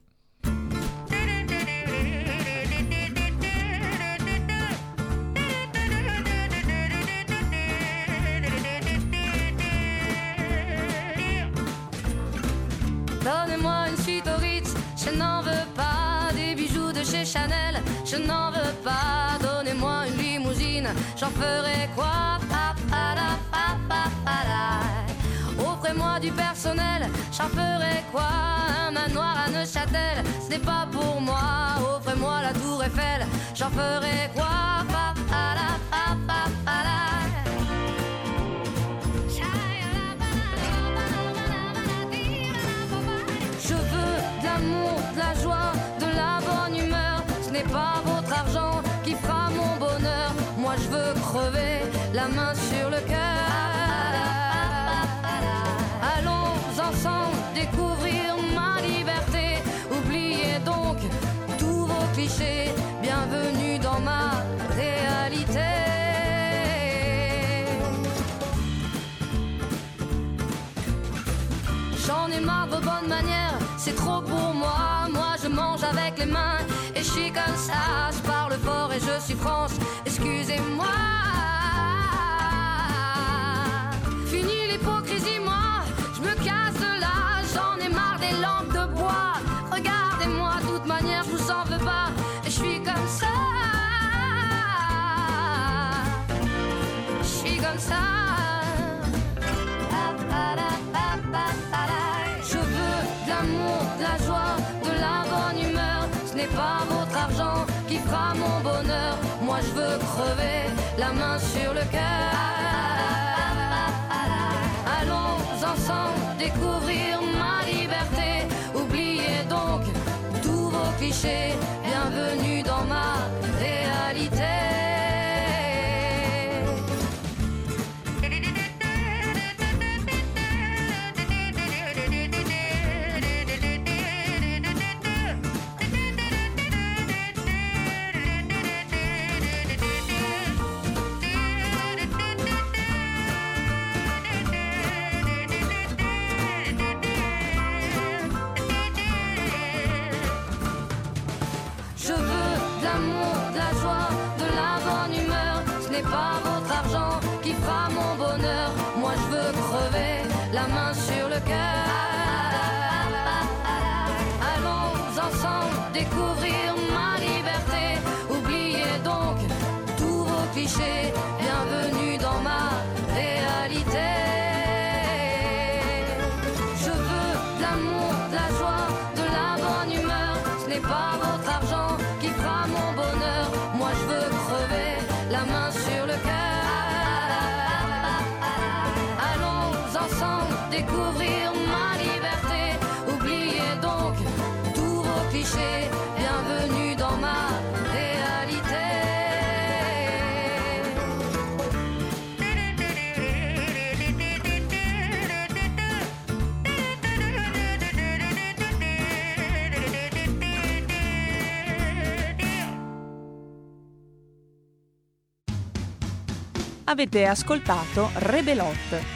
Donnez-moi une suite au Ritz, je n'en veux pas. Des bijoux de chez Chanel, je n'en veux pas. Donnez-moi une limousine, j'en ferai quoi? Pa, pa, la, pa, pa, pa, la. Offrez-moi du personnel, j'en ferai quoi? Un manoir à Neuchâtel, ce n'est pas pour moi. Offrez-moi la tour Eiffel, j'en ferai quoi? Pa, pa, la, pa, pa, pa, la. De la joie, de la bonne humeur, ce n'est pas votre argent qui fera mon bonheur. Moi je veux crever la main sur le cœur. Allons ensemble découvrir ma liberté. Oubliez donc tous vos clichés. Bienvenue dans ma réalité. J'en ai marre de vos bonnes manières, c'est trop pour moi. Moi je mange avec les mains et je suis comme ça. Je parle fort et je suis France, excusez-moi. Fini l'hypocrisie, moi je me casse de là. J'en ai marre des lampes de bois. Regardez-moi, de toute manière je vous en veux pas. Et je suis comme ça. Je suis comme ça. De la joie, de la bonne humeur, ce n'est pas votre argent qui fera mon bonheur. Moi je veux crever la main sur le cœur. Allons ensemble découvrir ma liberté. Oubliez donc tous vos clichés. Bienvenue dans ma réalité. Pas votre argent qui fera mon bonheur. Moi je veux crever la main découvrir ma liberté. Oubliez donc tous vos clichés, bienvenue dans ma réalité. Je veux de l'amour, de la joie, de la bonne humeur. Ce n'est pas votre argent qui fera mon bonheur. Moi je veux crever la main sur le cœur. Allons ensemble découvrir ma liberté. Oubliez donc tous vos clichés, bienvenue dans ma réalité. Avete ascoltato Rebelot,